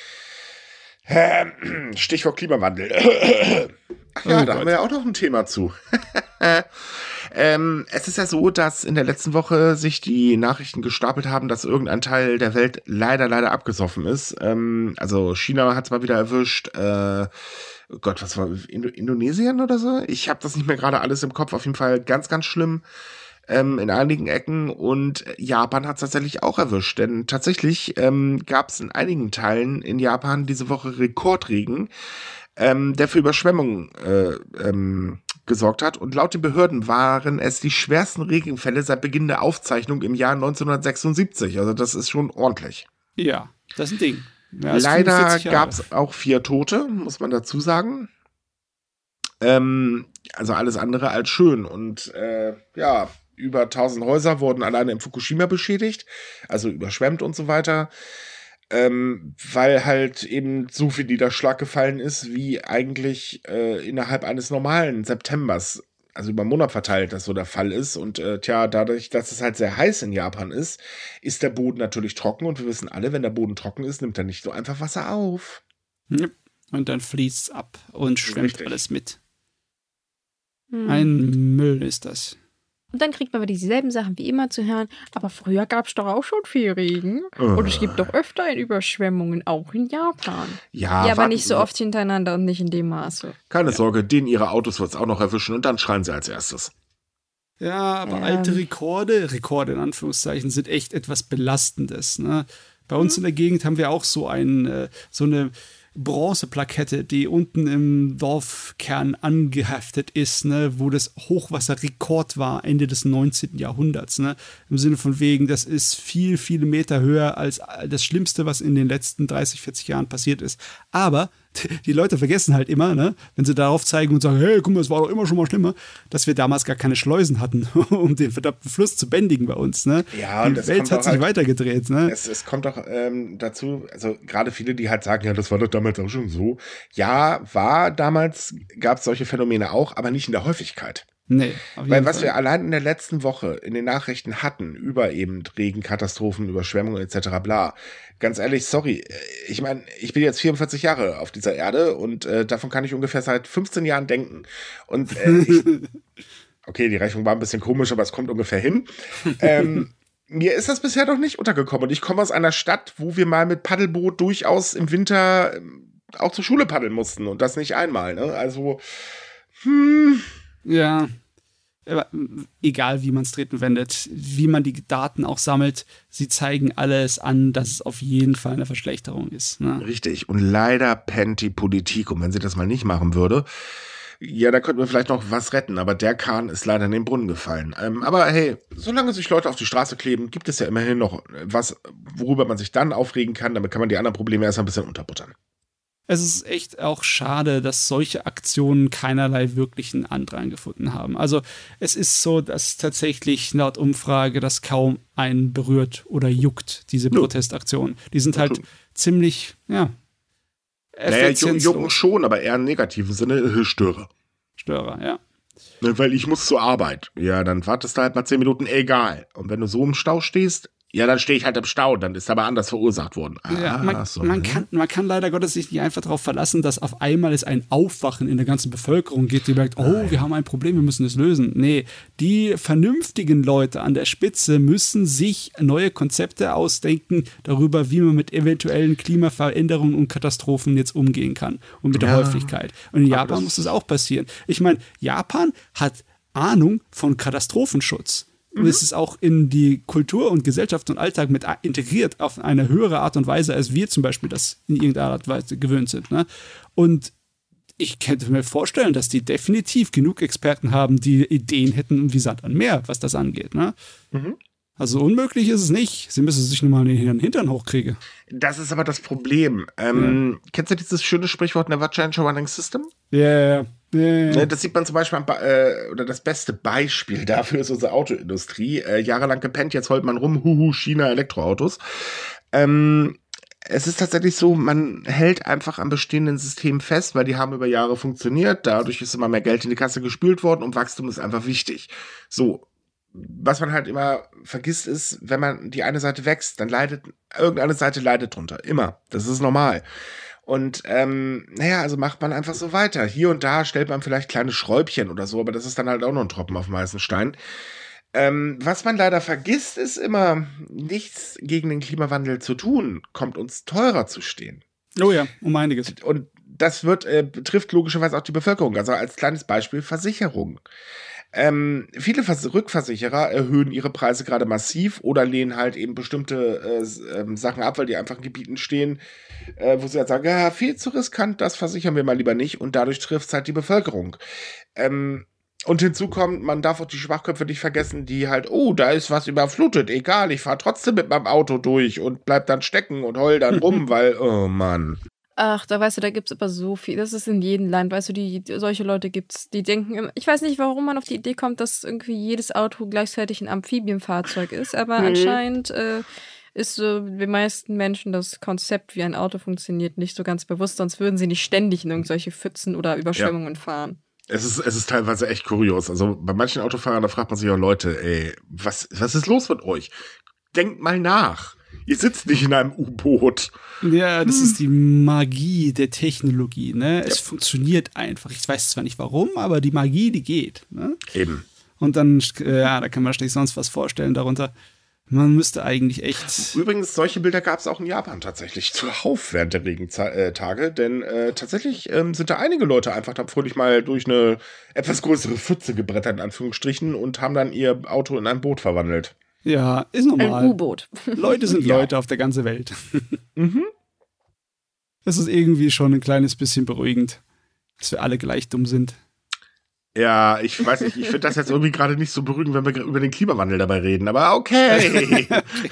Ähm, Stichwort Klimawandel. Ach ja, Oh da Gott. haben wir ja auch noch ein Thema zu. ähm, es ist ja so, dass in der letzten Woche sich die Nachrichten gestapelt haben, dass irgendein Teil der Welt leider, leider abgesoffen ist. Ähm, also China hat es mal wieder erwischt. Äh, oh Gott, was war Indo- Indonesien oder so? Ich habe das nicht mehr gerade alles im Kopf. Auf jeden Fall ganz, ganz schlimm. Ähm, in einigen Ecken, und Japan hat es tatsächlich auch erwischt, denn tatsächlich ähm, gab es in einigen Teilen in Japan diese Woche Rekordregen, ähm, der für Überschwemmungen äh, ähm, gesorgt hat, und laut den Behörden waren es die schwersten Regenfälle seit Beginn der Aufzeichnung im Jahr neunzehnhundertsechsundsiebzig, also das ist schon ordentlich. Ja, das ist ein Ding. Ja, ist Leider fünfundvierzig Jahre. gab es auch vier Tote, muss man dazu sagen. Ähm, also alles andere als schön, und äh, ja, über tausend Häuser wurden alleine in Fukushima beschädigt, also überschwemmt und so weiter, ähm, weil halt eben so viel Niederschlag gefallen ist, wie eigentlich äh, innerhalb eines normalen Septembers, also über einen Monat verteilt, das so der Fall ist. Und äh, tja, dadurch, dass es halt sehr heiß in Japan ist, ist der Boden natürlich trocken, und wir wissen alle, wenn der Boden trocken ist, nimmt er nicht so einfach Wasser auf. Ja. Und dann fließt es ab und schwemmt Richtig. alles mit. Hm. Ein Müll ist das. Und dann kriegt man aber dieselben Sachen wie immer zu hören. Aber früher gab es doch auch schon viel Regen. Uh. Und es gibt doch öfter Überschwemmungen, auch in Japan. Ja, ja aber nicht so oft hintereinander und nicht in dem Maße. Keine ja. Sorge, denen ihre Autos wird es auch noch erwischen und dann schreien sie als erstes. Ja, aber ähm. alte Rekorde, Rekorde in Anführungszeichen, sind echt etwas Belastendes. Ne? Bei uns mhm. in der Gegend haben wir auch so, ein, so eine Bronzeplakette, die unten im Dorfkern angeheftet ist, ne, wo das Hochwasserrekord war, Ende des neunzehnten Jahrhunderts. Ne? Im Sinne von wegen, das ist viel, viele Meter höher als das Schlimmste, was in den letzten dreißig, vierzig Jahren passiert ist. Aber die Leute vergessen halt immer, ne, wenn sie darauf zeigen und sagen, hey, guck mal, es war doch immer schon mal schlimmer, dass wir damals gar keine Schleusen hatten, um den verdammten Fluss zu bändigen bei uns. Ne? Ja, die Welt hat sich halt weitergedreht. Ne? Es, es kommt doch ähm, dazu, also gerade viele, die halt sagen, ja, das war doch damals auch schon so. Ja, war damals, gab es solche Phänomene auch, aber nicht in der Häufigkeit. Nee, weil was Fall. wir allein in der letzten Woche in den Nachrichten hatten, über eben Regenkatastrophen, Überschwemmungen et cetera bla, ganz ehrlich, sorry, ich meine, ich bin jetzt vierundvierzig Jahre auf dieser Erde und äh, davon kann ich ungefähr seit fünfzehn Jahren denken. Und äh, ich, okay, die Rechnung war ein bisschen komisch, aber es kommt ungefähr hin. ähm, mir ist das bisher noch nicht untergekommen und ich komme aus einer Stadt, wo wir mal mit Paddelboot durchaus im Winter auch zur Schule paddeln mussten und das nicht einmal, ne? Also, hm... Ja, aber egal wie man es dreht und wendet, wie man die Daten auch sammelt, sie zeigen alles an, dass es auf jeden Fall eine Verschlechterung ist. Ne? Richtig, und leider pennt die Politik, und wenn sie das mal nicht machen würde, ja, da könnten wir vielleicht noch was retten, aber der Kahn ist leider in den Brunnen gefallen. Ähm, aber hey, solange sich Leute auf die Straße kleben, gibt es ja immerhin noch was, worüber man sich dann aufregen kann, damit kann man die anderen Probleme erst ein bisschen unterbuttern. Es ist echt auch schade, dass solche Aktionen keinerlei wirklichen Andrang gefunden haben. Also es ist so, dass tatsächlich laut Umfrage das kaum einen berührt oder juckt, diese ja. Protestaktionen. Die sind halt ja. ziemlich, ja, naja, jucken schon, aber eher im negativen Sinne, Störer. Störer, ja. Weil ich muss zur Arbeit. Ja, dann wartest du halt mal zehn Minuten, egal. Und wenn du so im Stau stehst, ja, dann stehe ich halt im Stau, dann ist aber anders verursacht worden. Ah, ja, man, so, man, ne? kann, man kann leider Gottes sich nicht einfach darauf verlassen, dass auf einmal es ein Aufwachen in der ganzen Bevölkerung gibt, die merkt, oh, Nein. wir haben ein Problem, wir müssen es lösen. Nee, die vernünftigen Leute an der Spitze müssen sich neue Konzepte ausdenken darüber, wie man mit eventuellen Klimaveränderungen und Katastrophen jetzt umgehen kann und mit der ja. Häufigkeit. Und in Japan muss das auch passieren. Ich meine, Japan hat Ahnung von Katastrophenschutz. Und es ist auch in die Kultur und Gesellschaft und Alltag mit integriert auf eine höhere Art und Weise, als wir zum Beispiel das in irgendeiner Art und Weise gewöhnt sind. Ne? Und ich könnte mir vorstellen, dass die definitiv genug Experten haben, die Ideen hätten wie Sand an Meer, was das angeht. Ne? Mhm. Also unmöglich ist es nicht. Sie müssen sich nur mal den Hintern hochkriegen. Das ist aber das Problem. Ähm, ja. Kennst du dieses schöne Sprichwort Never change a running system? Ja, yeah. Yeah. Das sieht man zum Beispiel, am ba- äh, oder das beste Beispiel dafür ist unsere Autoindustrie. Äh, jahrelang gepennt, jetzt heult man rum, huhu, China, Elektroautos. Ähm, es ist tatsächlich so, man hält einfach am bestehenden System fest, weil die haben über Jahre funktioniert. Dadurch ist immer mehr Geld in die Kasse gespült worden und Wachstum ist einfach wichtig. So. Was man halt immer vergisst ist, wenn man die eine Seite wächst, dann leidet, irgendeine Seite leidet drunter. Immer. Das ist normal. Und, ähm, naja, also macht man einfach so weiter. Hier und da stellt man vielleicht kleine Schräubchen oder so, aber das ist dann halt auch noch ein Tropfen auf dem heißen Stein. Ähm, was man leider vergisst, ist immer, nichts gegen den Klimawandel zu tun, kommt uns teurer zu stehen. Oh ja, um einiges. Und das wird, äh, betrifft logischerweise auch die Bevölkerung. Also als kleines Beispiel Versicherung. Ähm, viele Vers- Rückversicherer erhöhen ihre Preise gerade massiv oder lehnen halt eben bestimmte äh, äh, Sachen ab, weil die einfach in Gebieten stehen, äh, wo sie halt sagen, ja, viel zu riskant, das versichern wir mal lieber nicht und dadurch trifft es halt die Bevölkerung. Ähm, und hinzu kommt, man darf auch die Schwachköpfe nicht vergessen, die halt, oh, da ist was überflutet, egal, ich fahre trotzdem mit meinem Auto durch und bleib dann stecken und heul dann rum, weil, oh Mann. Ach, da weißt du, da gibt's aber so viel. Das ist in jedem Land, weißt du, die, solche Leute gibt's, die denken immer, ich weiß nicht, warum man auf die Idee kommt, dass irgendwie jedes Auto gleichzeitig ein Amphibienfahrzeug ist, aber mhm. anscheinend äh, ist so den meisten Menschen das Konzept, wie ein Auto funktioniert, nicht so ganz bewusst, sonst würden sie nicht ständig in irgendwelche Pfützen oder Überschwemmungen ja. fahren. Es ist, es ist teilweise echt kurios. Also bei manchen Autofahrern, da fragt man sich auch, Leute, ey, was, was ist los mit euch? Denkt mal nach. Ihr sitzt nicht in einem U-Boot. Ja, das hm. ist die Magie der Technologie, ne? Es ja. funktioniert einfach. Ich weiß zwar nicht warum, aber die Magie, die geht. Ne? Eben. Und dann, äh, ja, da kann man sich sonst was vorstellen darunter. Man müsste eigentlich echt... Übrigens, solche Bilder gab es auch in Japan tatsächlich zuhauf während der Regentage, denn äh, tatsächlich ähm, sind da einige Leute einfach dann fröhlich mal durch eine etwas größere Pfütze gebrettert, in Anführungsstrichen, und haben dann ihr Auto in ein Boot verwandelt. Ja, ist normal. Ein U-Boot. Leute sind Ja. Leute auf der ganzen Welt. Mhm. Das ist irgendwie schon ein kleines bisschen beruhigend, dass wir alle gleich dumm sind. Ja, ich weiß nicht, ich finde das jetzt irgendwie gerade nicht so beruhigend, wenn wir über den Klimawandel dabei reden, aber okay.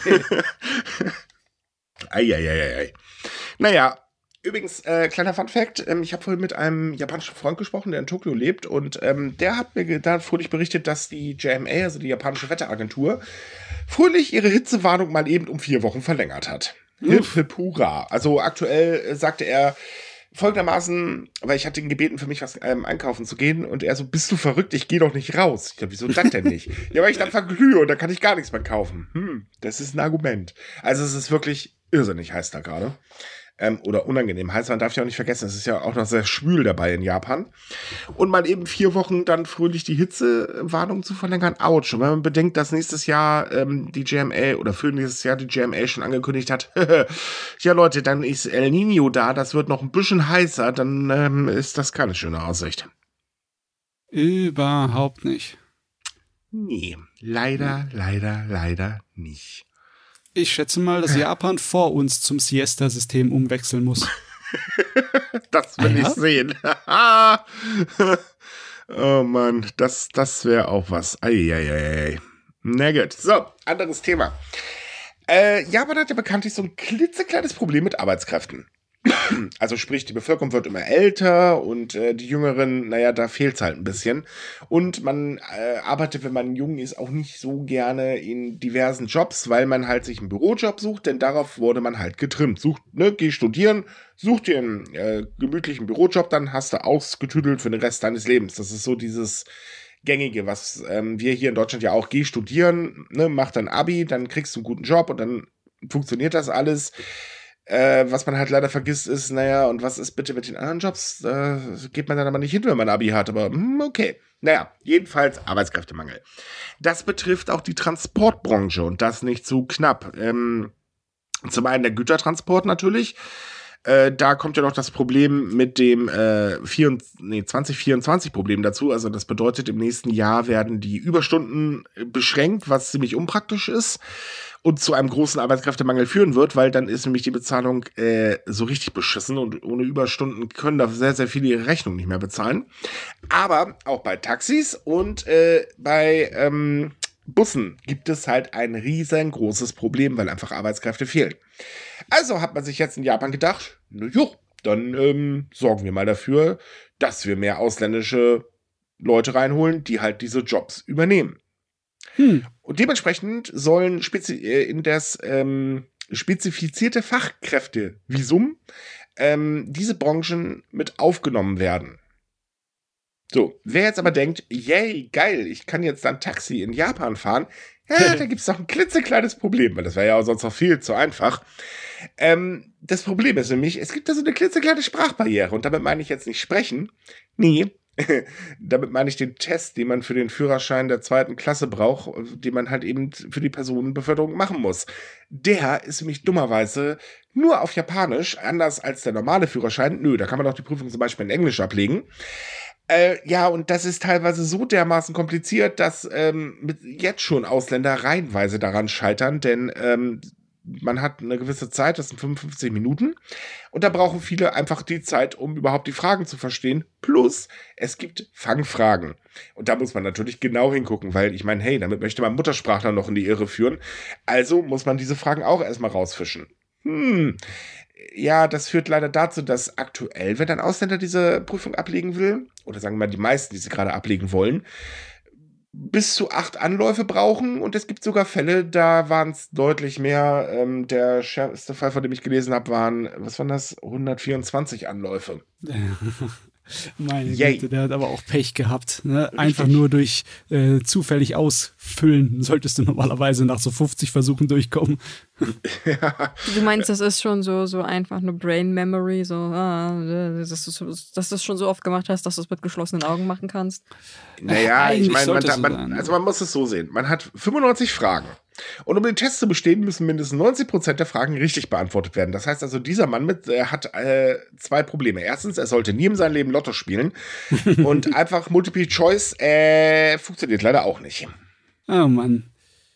Eieieiei. Naja, übrigens, äh, kleiner Fun-Fact, ähm, ich habe vorhin mit einem japanischen Freund gesprochen, der in Tokio lebt, und ähm, der hat mir da fröhlich berichtet, dass die J M A, also die japanische Wetteragentur, fröhlich ihre Hitzewarnung mal eben um vier Wochen verlängert hat. Hip, hip, hurra. Also aktuell äh, sagte er folgendermaßen, weil ich hatte ihn gebeten, für mich was ähm, einkaufen zu gehen, und er so, bist du verrückt, ich gehe doch nicht raus. Ich dachte, wieso das denn nicht? Ja, weil ich dann verglühe und dann kann ich gar nichts mehr kaufen. Hm, das ist ein Argument. Also es ist wirklich irrsinnig heiß da gerade. Ähm, oder unangenehm heiß. Man darf ja auch nicht vergessen, es ist ja auch noch sehr schwül dabei in Japan. Und mal eben vier Wochen dann fröhlich die Hitzewarnung zu verlängern, ouch. Und wenn man bedenkt, dass nächstes Jahr ähm, die J M A oder für nächstes Jahr die J M A schon angekündigt hat, ja Leute, dann ist El Niño da, das wird noch ein bisschen heißer, dann ähm, ist das keine schöne Aussicht. Überhaupt nicht. Nee, leider, leider, leider nicht. Ich schätze mal, dass Japan vor uns zum Siesta-System umwechseln muss. Das will Ah, ja? ich sehen. Oh Mann, das, das wäre auch was. Eieiei. Na gut. So, anderes Thema. Äh, Japan hat ja bekanntlich so ein klitzekleines Problem mit Arbeitskräften. Also sprich, die Bevölkerung wird immer älter und äh, die Jüngeren, naja, da fehlt es halt ein bisschen. Und man äh, arbeitet, wenn man jung ist, auch nicht so gerne in diversen Jobs, weil man halt sich einen Bürojob sucht, denn darauf wurde man halt getrimmt. Sucht, ne, geh studieren, such dir einen äh, gemütlichen Bürojob, dann hast du ausgetüdelt für den Rest deines Lebens. Das ist so dieses Gängige, was ähm, wir hier in Deutschland ja auch, geh studieren, ne, mach dein Abi, dann kriegst du einen guten Job und dann funktioniert das alles. Äh, was man halt leider vergisst ist, naja, und was ist bitte mit den anderen Jobs? Äh, geht man dann aber nicht hin, wenn man Abi hat, aber hm, okay. Naja, jedenfalls Arbeitskräftemangel. Das betrifft auch die Transportbranche und das nicht zu knapp. Ähm, zum einen der Gütertransport natürlich. Äh, da kommt ja noch das Problem mit dem äh, zwanzig vierundzwanzig-Problem dazu. Also das bedeutet, im nächsten Jahr werden die Überstunden beschränkt, was ziemlich unpraktisch ist und zu einem großen Arbeitskräftemangel führen wird, weil dann ist nämlich die Bezahlung äh, so richtig beschissen und ohne Überstunden können da sehr, sehr viele ihre Rechnung nicht mehr bezahlen. Aber auch bei Taxis und äh, bei ähm, Bussen gibt es halt ein riesengroßes Problem, weil einfach Arbeitskräfte fehlen. Also hat man sich jetzt in Japan gedacht, na jo, dann ähm, sorgen wir mal dafür, dass wir mehr ausländische Leute reinholen, die halt diese Jobs übernehmen. Hm. Und dementsprechend sollen spezi- äh, in das ähm, spezifizierte Fachkräftevisum ähm, diese Branchen mit aufgenommen werden. So, wer jetzt aber denkt, yay, geil, ich kann jetzt dann Taxi in Japan fahren, ja, da gibt es doch ein klitzekleines Problem, weil das wäre ja auch sonst noch viel zu einfach. Ähm, das Problem ist nämlich, es gibt da so eine klitzekleine Sprachbarriere und damit meine ich jetzt nicht sprechen, nee, damit meine ich den Test, den man für den Führerschein der zweiten Klasse braucht, den man halt eben für die Personenbeförderung machen muss. Der ist nämlich dummerweise nur auf Japanisch, anders als der normale Führerschein. Nö, da kann man doch die Prüfung zum Beispiel in Englisch ablegen. Äh, ja, und das ist teilweise so dermaßen kompliziert, dass ähm, mit jetzt schon Ausländer reihenweise daran scheitern, denn ähm, man hat eine gewisse Zeit, das sind fünfundfünfzig Minuten, und da brauchen viele einfach die Zeit, um überhaupt die Fragen zu verstehen. Plus, es gibt Fangfragen. Und da muss man natürlich genau hingucken, weil ich meine, hey, damit möchte man Muttersprachler noch in die Irre führen. Also muss man diese Fragen auch erstmal rausfischen. Hm. Ja, das führt leider dazu, dass aktuell, wenn ein Ausländer diese Prüfung ablegen will, oder sagen wir mal die meisten, die sie gerade ablegen wollen, bis zu acht Anläufe brauchen, und es gibt sogar Fälle, da waren es deutlich mehr. Ähm, der schärfste Fall, von dem ich gelesen habe, waren, was waren das, hundertvierundzwanzig Anläufe. Meine Yay. Güte, der hat aber auch Pech gehabt. Ne? Einfach nur durch äh, zufällig ausfüllen solltest du normalerweise nach so fünfzig Versuchen durchkommen. Ja. Du meinst, das ist schon so, so einfach nur Brain Memory, so, ah, dass du dass du es schon so oft gemacht hast, dass du es mit geschlossenen Augen machen kannst? Naja, Eigentlich ich meine, sollte es man, so man, sein, also ja. man muss es so sehen. Man hat fünfundneunzig Fragen. Und um den Test zu bestehen, müssen mindestens neunzig Prozent der Fragen richtig beantwortet werden. Das heißt also, dieser Mann mit, äh, hat äh, zwei Probleme. Erstens, er sollte nie in seinem Leben Lotto spielen. Und einfach Multiple Choice äh, funktioniert leider auch nicht. Oh Mann.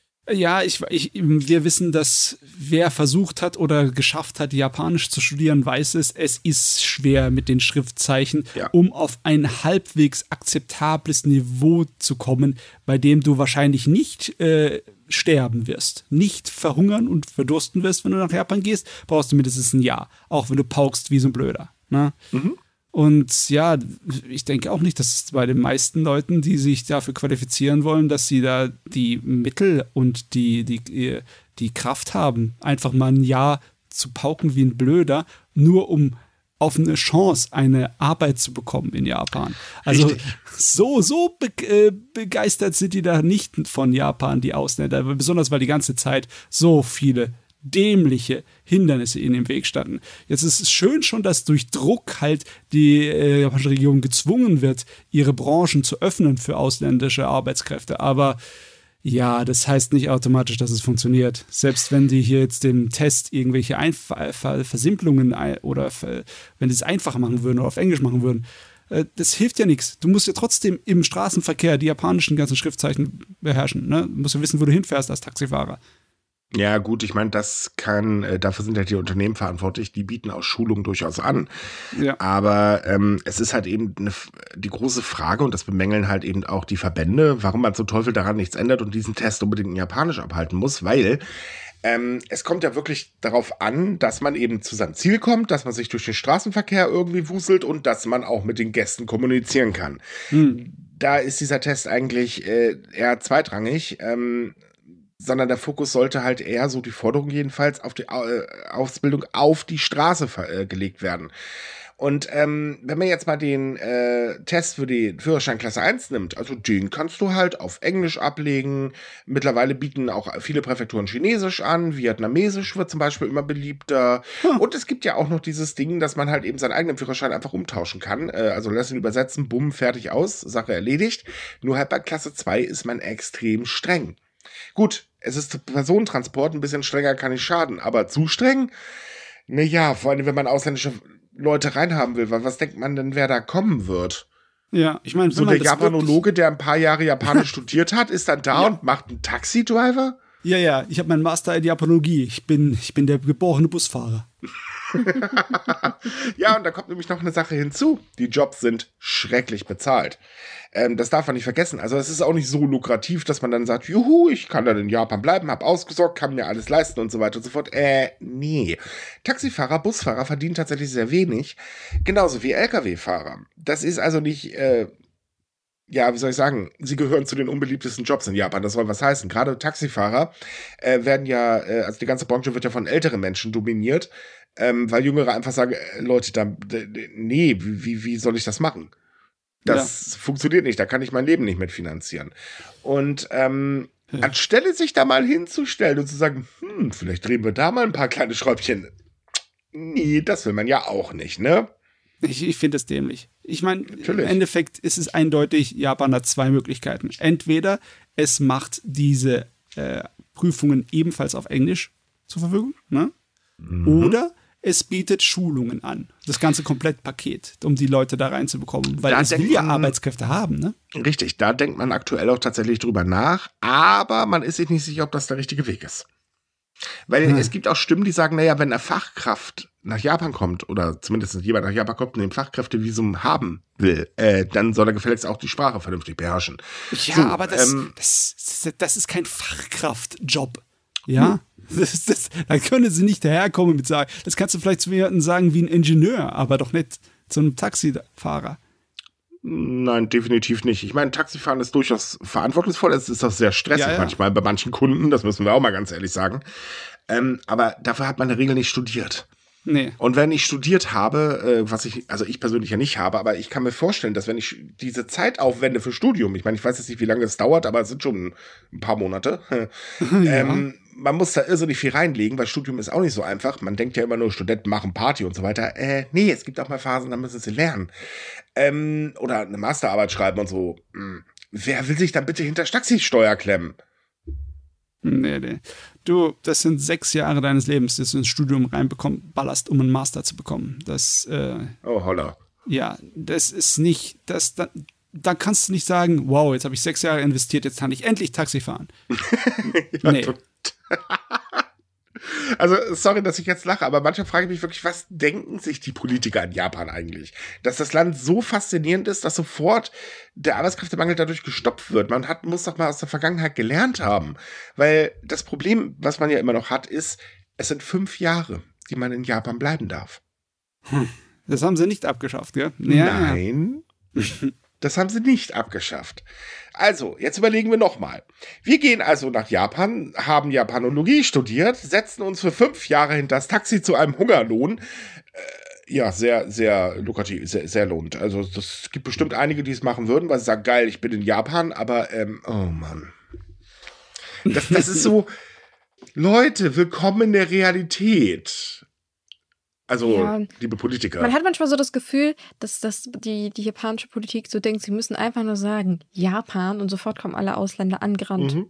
Ja, ich, ich, wir wissen, dass wer versucht hat oder geschafft hat, Japanisch zu studieren, weiß es, es ist schwer mit den Schriftzeichen, Ja. um auf ein halbwegs akzeptables Niveau zu kommen, bei dem du wahrscheinlich nicht äh, sterben wirst, nicht verhungern und verdursten wirst, wenn du nach Japan gehst, brauchst du mindestens ein Jahr, auch wenn du paukst wie so ein Blöder. Ne? Mhm. Und ja, ich denke auch nicht, dass bei den meisten Leuten, die sich dafür qualifizieren wollen, dass sie da die Mittel und die, die, die Kraft haben, einfach mal ein Jahr zu pauken wie ein Blöder, nur um auf eine Chance, eine Arbeit zu bekommen in Japan. Also Richtig. so, so be äh, begeistert sind die da nicht von Japan, die Ausländer, besonders weil die ganze Zeit so viele dämliche Hindernisse ihnen im Weg standen. Jetzt ist es schön schon, dass durch Druck halt die äh, japanische Regierung gezwungen wird, ihre Branchen zu öffnen für ausländische Arbeitskräfte. Aber ja, das heißt nicht automatisch, dass es funktioniert. Selbst wenn die hier jetzt dem Test irgendwelche Einf Ver Versimplungen ein oder ver wenn sie es einfacher machen würden oder auf Englisch machen würden, äh, das hilft ja nichts. Du musst ja trotzdem im Straßenverkehr die japanischen ganzen Schriftzeichen beherrschen. Ne? Du musst ja wissen, wo du hinfährst als Taxifahrer. Ja, gut, ich meine, das kann, äh, dafür sind halt die Unternehmen verantwortlich, die bieten auch Schulungen durchaus an. Ja. Aber ähm, es ist halt eben eine, die große Frage, und das bemängeln halt eben auch die Verbände, warum man zum Teufel daran nichts ändert und diesen Test unbedingt in Japanisch abhalten muss, weil ähm, es kommt ja wirklich darauf an, dass man eben zu seinem Ziel kommt, dass man sich durch den Straßenverkehr irgendwie wuselt und dass man auch mit den Gästen kommunizieren kann. Hm. Da ist dieser Test eigentlich äh, eher zweitrangig, ähm, sondern der Fokus sollte halt eher, so die Forderung jedenfalls, auf die äh, Ausbildung auf die Straße äh, gelegt werden. Und ähm, wenn man jetzt mal den äh, Test für die Führerschein Klasse eins nimmt, also den kannst du halt auf Englisch ablegen. Mittlerweile bieten auch viele Präfekturen Chinesisch an, Vietnamesisch wird zum Beispiel immer beliebter. Hm. Und es gibt ja auch noch dieses Ding, dass man halt eben seinen eigenen Führerschein einfach umtauschen kann. Äh, also lass ihn übersetzen, bumm, fertig aus, Sache erledigt. Nur halt bei Klasse zwei ist man extrem streng. Gut, es ist Personentransport, ein bisschen strenger kann nicht schaden, aber zu streng? Naja, vor allem, wenn man ausländische Leute reinhaben will, weil was denkt man denn, wer da kommen wird? Ja, ich meine, so der Japanologe, der ein paar Jahre Japanisch studiert hat, ist dann da ja. und macht einen Taxidriver? Ja, ja, ich habe meinen Master in Japanologie. Ich bin, ich bin der geborene Busfahrer. Ja, und da kommt nämlich noch eine Sache hinzu. Die Jobs sind schrecklich bezahlt. Ähm, das darf man nicht vergessen. Also es ist auch nicht so lukrativ, dass man dann sagt, juhu, ich kann dann in Japan bleiben, hab ausgesorgt, kann mir alles leisten und so weiter und so fort. Äh, nee. Taxifahrer, Busfahrer verdienen tatsächlich sehr wenig. Genauso wie L K W-Fahrer. Das ist also nicht... Äh, Ja, wie soll ich sagen, sie gehören zu den unbeliebtesten Jobs in Japan, das soll was heißen. Gerade Taxifahrer äh, werden ja, äh, also die ganze Branche wird ja von älteren Menschen dominiert, ähm, weil Jüngere einfach sagen, äh, Leute, da, d- nee, wie, wie soll ich das machen? Das ja. funktioniert nicht, da kann ich mein Leben nicht mitfinanzieren. Und ähm, hm. anstelle sich da mal hinzustellen und zu sagen, hm, vielleicht drehen wir da mal ein paar kleine Schräubchen. Nee, das will man ja auch nicht, ne? Ich, ich finde das dämlich. Ich meine, im Endeffekt ist es eindeutig, Japan hat zwei Möglichkeiten. Entweder es macht diese äh, Prüfungen ebenfalls auf Englisch zur Verfügung, ne? Mhm. Oder es bietet Schulungen an. Das ganze Komplettpaket, um die Leute da reinzubekommen. Weil da es will ja Arbeitskräfte haben, ne? Richtig, da denkt man aktuell auch tatsächlich drüber nach, aber man ist sich nicht sicher, ob das der richtige Weg ist. Weil hm. es gibt auch Stimmen, die sagen, naja, wenn eine Fachkraft nach Japan kommt, oder zumindest jemand nach Japan kommt und ein Fachkräftevisum haben will, äh, dann soll er gefälligst auch die Sprache vernünftig beherrschen. Ja, so, aber das, ähm, das, das ist kein Fachkraftjob. Ja, hm. das, das, da können sie nicht daherkommen mit sagen, das kannst du vielleicht zu jemandem sagen wie ein Ingenieur, aber doch nicht zu einem Taxifahrer. Nein, definitiv nicht. Ich meine, Taxifahren ist durchaus verantwortungsvoll. Es ist auch sehr stressig ja, ja. manchmal bei manchen Kunden. Das müssen wir auch mal ganz ehrlich sagen. Ähm, aber dafür hat man in der Regel nicht studiert. Nee. Und wenn ich studiert habe, äh, was ich, also ich persönlich ja nicht habe, aber ich kann mir vorstellen, dass wenn ich diese Zeit aufwende für Studium, ich meine, ich weiß jetzt nicht, wie lange es dauert, aber es sind schon ein paar Monate, ja. ähm, man muss da irrsinnig viel reinlegen, weil Studium ist auch nicht so einfach. Man denkt ja immer nur, Studenten machen Party und so weiter. Äh, nee, es gibt auch mal Phasen, da müssen sie lernen. Ähm, oder eine Masterarbeit schreiben und so. Hm. Wer will sich dann bitte hinter Taxisteuer klemmen? Nee, nee. Du, das sind sechs Jahre deines Lebens, das du ins Studium reinbekommst, ballerst, um einen Master zu bekommen. Das, äh, oh, holla. Ja, das ist nicht, das, da, da kannst du nicht sagen, wow, jetzt habe ich sechs Jahre investiert, jetzt kann ich endlich Taxi fahren. ja, nee. Also, sorry, dass ich jetzt lache, aber manchmal frage ich mich wirklich, was denken sich die Politiker in Japan eigentlich? Dass das Land so faszinierend ist, dass sofort der Arbeitskräftemangel dadurch gestoppt wird. Man hat, muss doch mal aus der Vergangenheit gelernt haben. Weil das Problem, was man ja immer noch hat, ist, es sind fünf Jahre, die man in Japan bleiben darf. Hm. Das haben sie nicht abgeschafft, gell? Ja. Nein. Das haben sie nicht abgeschafft. Also, jetzt überlegen wir nochmal. Wir gehen also nach Japan, haben Japanologie studiert, setzen uns für fünf Jahre hinter das Taxi zu einem Hungerlohn. Äh, ja, sehr, sehr lukrativ, sehr, sehr lohnt. Also, es gibt bestimmt einige, die es machen würden, weil sie sagen, geil, ich bin in Japan, aber, ähm, oh Mann. Das, das ist so, Leute, willkommen in der Realität. Also, ja, liebe Politiker. Man hat manchmal so das Gefühl, dass, dass die, die japanische Politik so denkt, sie müssen einfach nur sagen, Japan, und sofort kommen alle Ausländer angerannt. Mhm.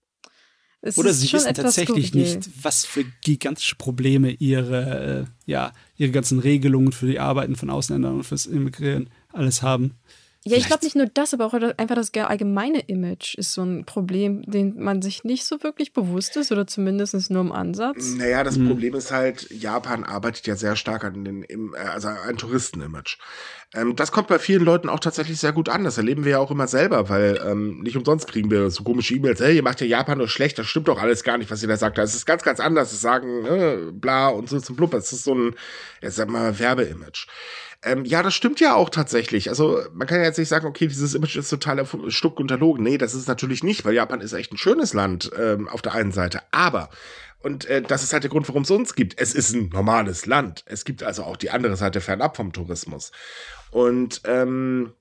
Oder sie wissen tatsächlich skurril. nicht, was für gigantische Probleme ihre, äh, ja, ihre ganzen Regelungen für die Arbeiten von Ausländern und fürs Immigrieren alles haben. Ja, ich glaube nicht nur das, aber auch einfach das allgemeine Image ist so ein Problem, den man sich nicht so wirklich bewusst ist oder zumindest nur im Ansatz. Naja, das hm. Problem ist halt, Japan arbeitet ja sehr stark an den, also ein Touristen-Image. Ähm, das kommt bei vielen Leuten auch tatsächlich sehr gut an. Das erleben wir ja auch immer selber, weil ähm, nicht umsonst kriegen wir so komische E-Mails, hey, ihr macht ja Japan nur schlecht, das stimmt doch alles gar nicht, was ihr da sagt. Das ist ganz, ganz anders. Das sagen, äh, bla und so zum Blub. Das ist so ein, jetzt sag mal, Werbeimage. Ähm, ja, das stimmt ja auch tatsächlich. Also man kann ja jetzt nicht sagen, okay, dieses Image ist total Stuck unterlogen. Nee, das ist natürlich nicht, weil Japan ist echt ein schönes Land ähm, auf der einen Seite. Aber, und äh, das ist halt der Grund, warum es uns gibt, es ist ein normales Land. Es gibt also auch die andere Seite fernab vom Tourismus. Und ähm,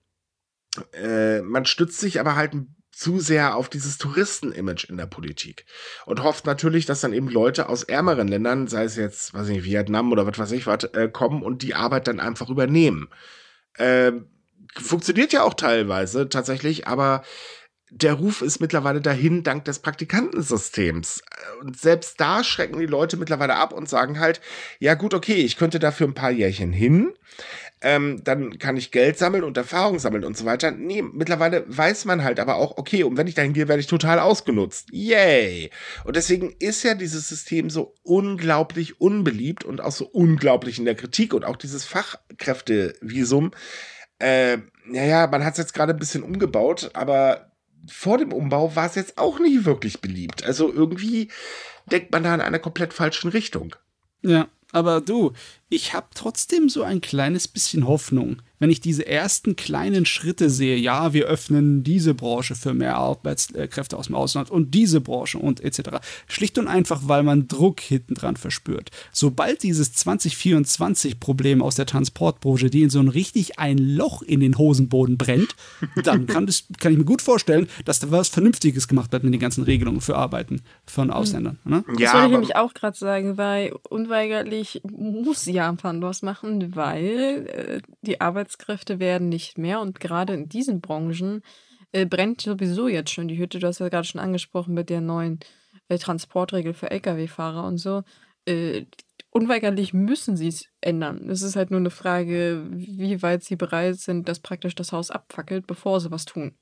äh, man stützt sich aber halt ein zu sehr auf dieses Touristen-Image in der Politik und hofft natürlich, dass dann eben Leute aus ärmeren Ländern, sei es jetzt, weiß nicht, Vietnam oder was weiß ich was, äh, kommen und die Arbeit dann einfach übernehmen. Äh, funktioniert ja auch teilweise tatsächlich, aber der Ruf ist mittlerweile dahin dank des Praktikantensystems. Und selbst da schrecken die Leute mittlerweile ab und sagen halt, ja gut, okay, ich könnte dafür ein paar Jährchen hin, Ähm, dann kann ich Geld sammeln und Erfahrung sammeln und so weiter. Nee, mittlerweile weiß man halt aber auch, okay, und wenn ich dahin gehe, werde ich total ausgenutzt. Yay! Und deswegen ist ja dieses System so unglaublich unbeliebt und auch so unglaublich in der Kritik und auch dieses Fachkräftevisum. Äh, naja, man hat es jetzt gerade ein bisschen umgebaut, aber vor dem Umbau war es jetzt auch nicht wirklich beliebt. Also irgendwie denkt man da in einer komplett falschen Richtung. Ja. Aber du, ich habe trotzdem so ein kleines bisschen Hoffnung, wenn ich diese ersten kleinen Schritte sehe. Ja, wir öffnen diese Branche für mehr Arbeitskräfte aus dem Ausland und diese Branche und et cetera. Schlicht und einfach, weil man Druck hinten dran verspürt. Sobald dieses zwanzig vierundzwanzig-Problem aus der Transportbranche, die in so ein richtig ein Loch in den Hosenboden brennt, dann kann, das, kann ich mir gut vorstellen, dass da was Vernünftiges gemacht wird mit den ganzen Regelungen für Arbeiten von Ausländern. Ne? Das ja, wollte ich nämlich auch gerade sagen, weil unweigerlich muss Japan was machen, weil äh, die Arbeitskräfte werden nicht mehr und gerade in diesen Branchen äh, brennt sowieso jetzt schon die Hütte. Du hast ja gerade schon angesprochen mit der neuen äh, Transportregel für L K W-Fahrer und so. Äh, unweigerlich müssen sie es ändern. Es ist halt nur eine Frage, wie weit sie bereit sind, dass praktisch das Haus abfackelt, bevor sie was tun.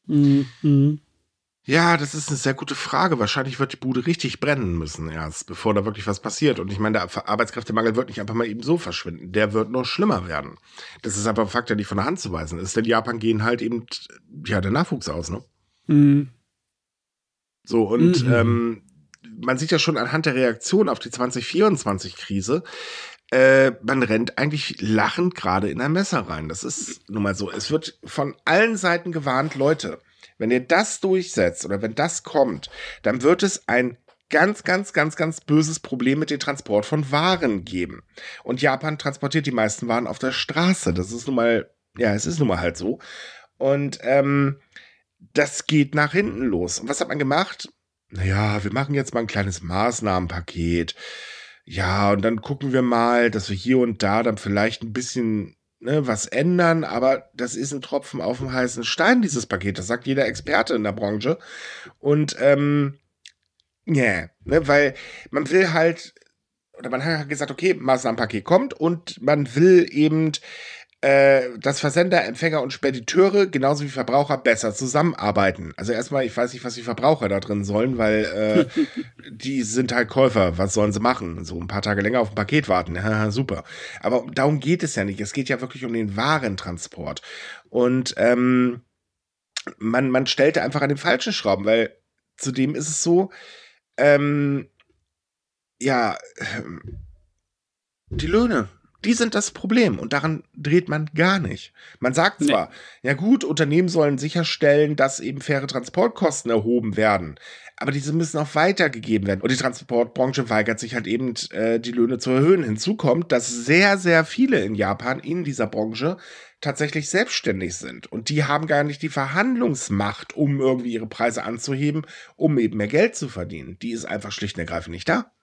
Mhm. Ja, das ist eine sehr gute Frage. Wahrscheinlich wird die Bude richtig brennen müssen erst, bevor da wirklich was passiert. Und ich meine, der Arbeitskräftemangel wird nicht einfach mal eben so verschwinden. Der wird noch schlimmer werden. Das ist aber ein Fakt, der nicht von der Hand zu weisen ist. Denn in Japan gehen halt eben, ja, der Nachwuchs aus, ne? Mhm. So, und mhm. ähm, man sieht ja schon anhand der Reaktion auf die zwanzig vierundzwanzig-Krise, äh, man rennt eigentlich lachend gerade in ein Messer rein. Das ist nun mal so. Es wird von allen Seiten gewarnt, Leute, wenn ihr das durchsetzt oder wenn das kommt, dann wird es ein ganz, ganz, ganz, ganz böses Problem mit dem Transport von Waren geben. Und Japan transportiert die meisten Waren auf der Straße. Das ist nun mal, ja, es ist nun mal halt so. Und ähm, das geht nach hinten los. Und was hat man gemacht? Naja, wir machen jetzt mal ein kleines Maßnahmenpaket. Ja, und dann gucken wir mal, dass wir hier und da dann vielleicht ein bisschen ne, was ändern, aber das ist ein Tropfen auf dem heißen Stein, dieses Paket. Das sagt jeder Experte in der Branche. Und, ähm, ja, yeah, ne, weil man will halt, oder man hat gesagt, okay, Maßnahmenpaket kommt und man will eben, äh, dass Versender, Empfänger und Spediteure genauso wie Verbraucher besser zusammenarbeiten. Also erstmal, ich weiß nicht, was die Verbraucher da drin sollen, weil äh, die sind halt Käufer. Was sollen sie machen? So ein paar Tage länger auf ein Paket warten. Ja, super. Aber darum geht es ja nicht. Es geht ja wirklich um den Warentransport. Und ähm, man, man stellte einfach an den falschen Schrauben, weil zudem ist es so, ähm, ja, ähm, die Löhne. Die sind das Problem und daran dreht man gar nicht. Man sagt zwar, nee. ja gut, Unternehmen sollen sicherstellen, dass eben faire Transportkosten erhoben werden, aber diese müssen auch weitergegeben werden. Und die Transportbranche weigert sich halt eben, äh, die Löhne zu erhöhen. Hinzu kommt, dass sehr, sehr viele in Japan in dieser Branche tatsächlich selbstständig sind. Und die haben gar nicht die Verhandlungsmacht, um irgendwie ihre Preise anzuheben, um eben mehr Geld zu verdienen. Die ist einfach schlicht und ergreifend nicht da.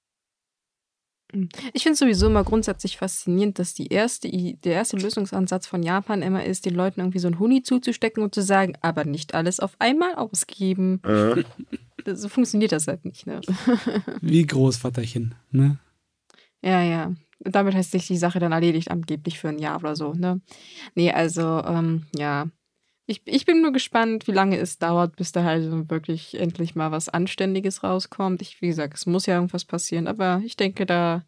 Ich finde es sowieso immer grundsätzlich faszinierend, dass die erste, der erste Lösungsansatz von Japan immer ist, den Leuten irgendwie so ein Huni zuzustecken und zu sagen, aber nicht alles auf einmal ausgeben. Äh. Das, so funktioniert das halt nicht, ne? Wie Großvaterchen, ne? Ja, ja. Damit heißt sich die Sache dann erledigt, angeblich für ein Jahr oder so, ne? Nee, also, ähm, ja. Ich, ich bin nur gespannt, wie lange es dauert, bis da halt so wirklich endlich mal was Anständiges rauskommt. Ich, wie gesagt, es muss ja irgendwas passieren, aber ich denke, da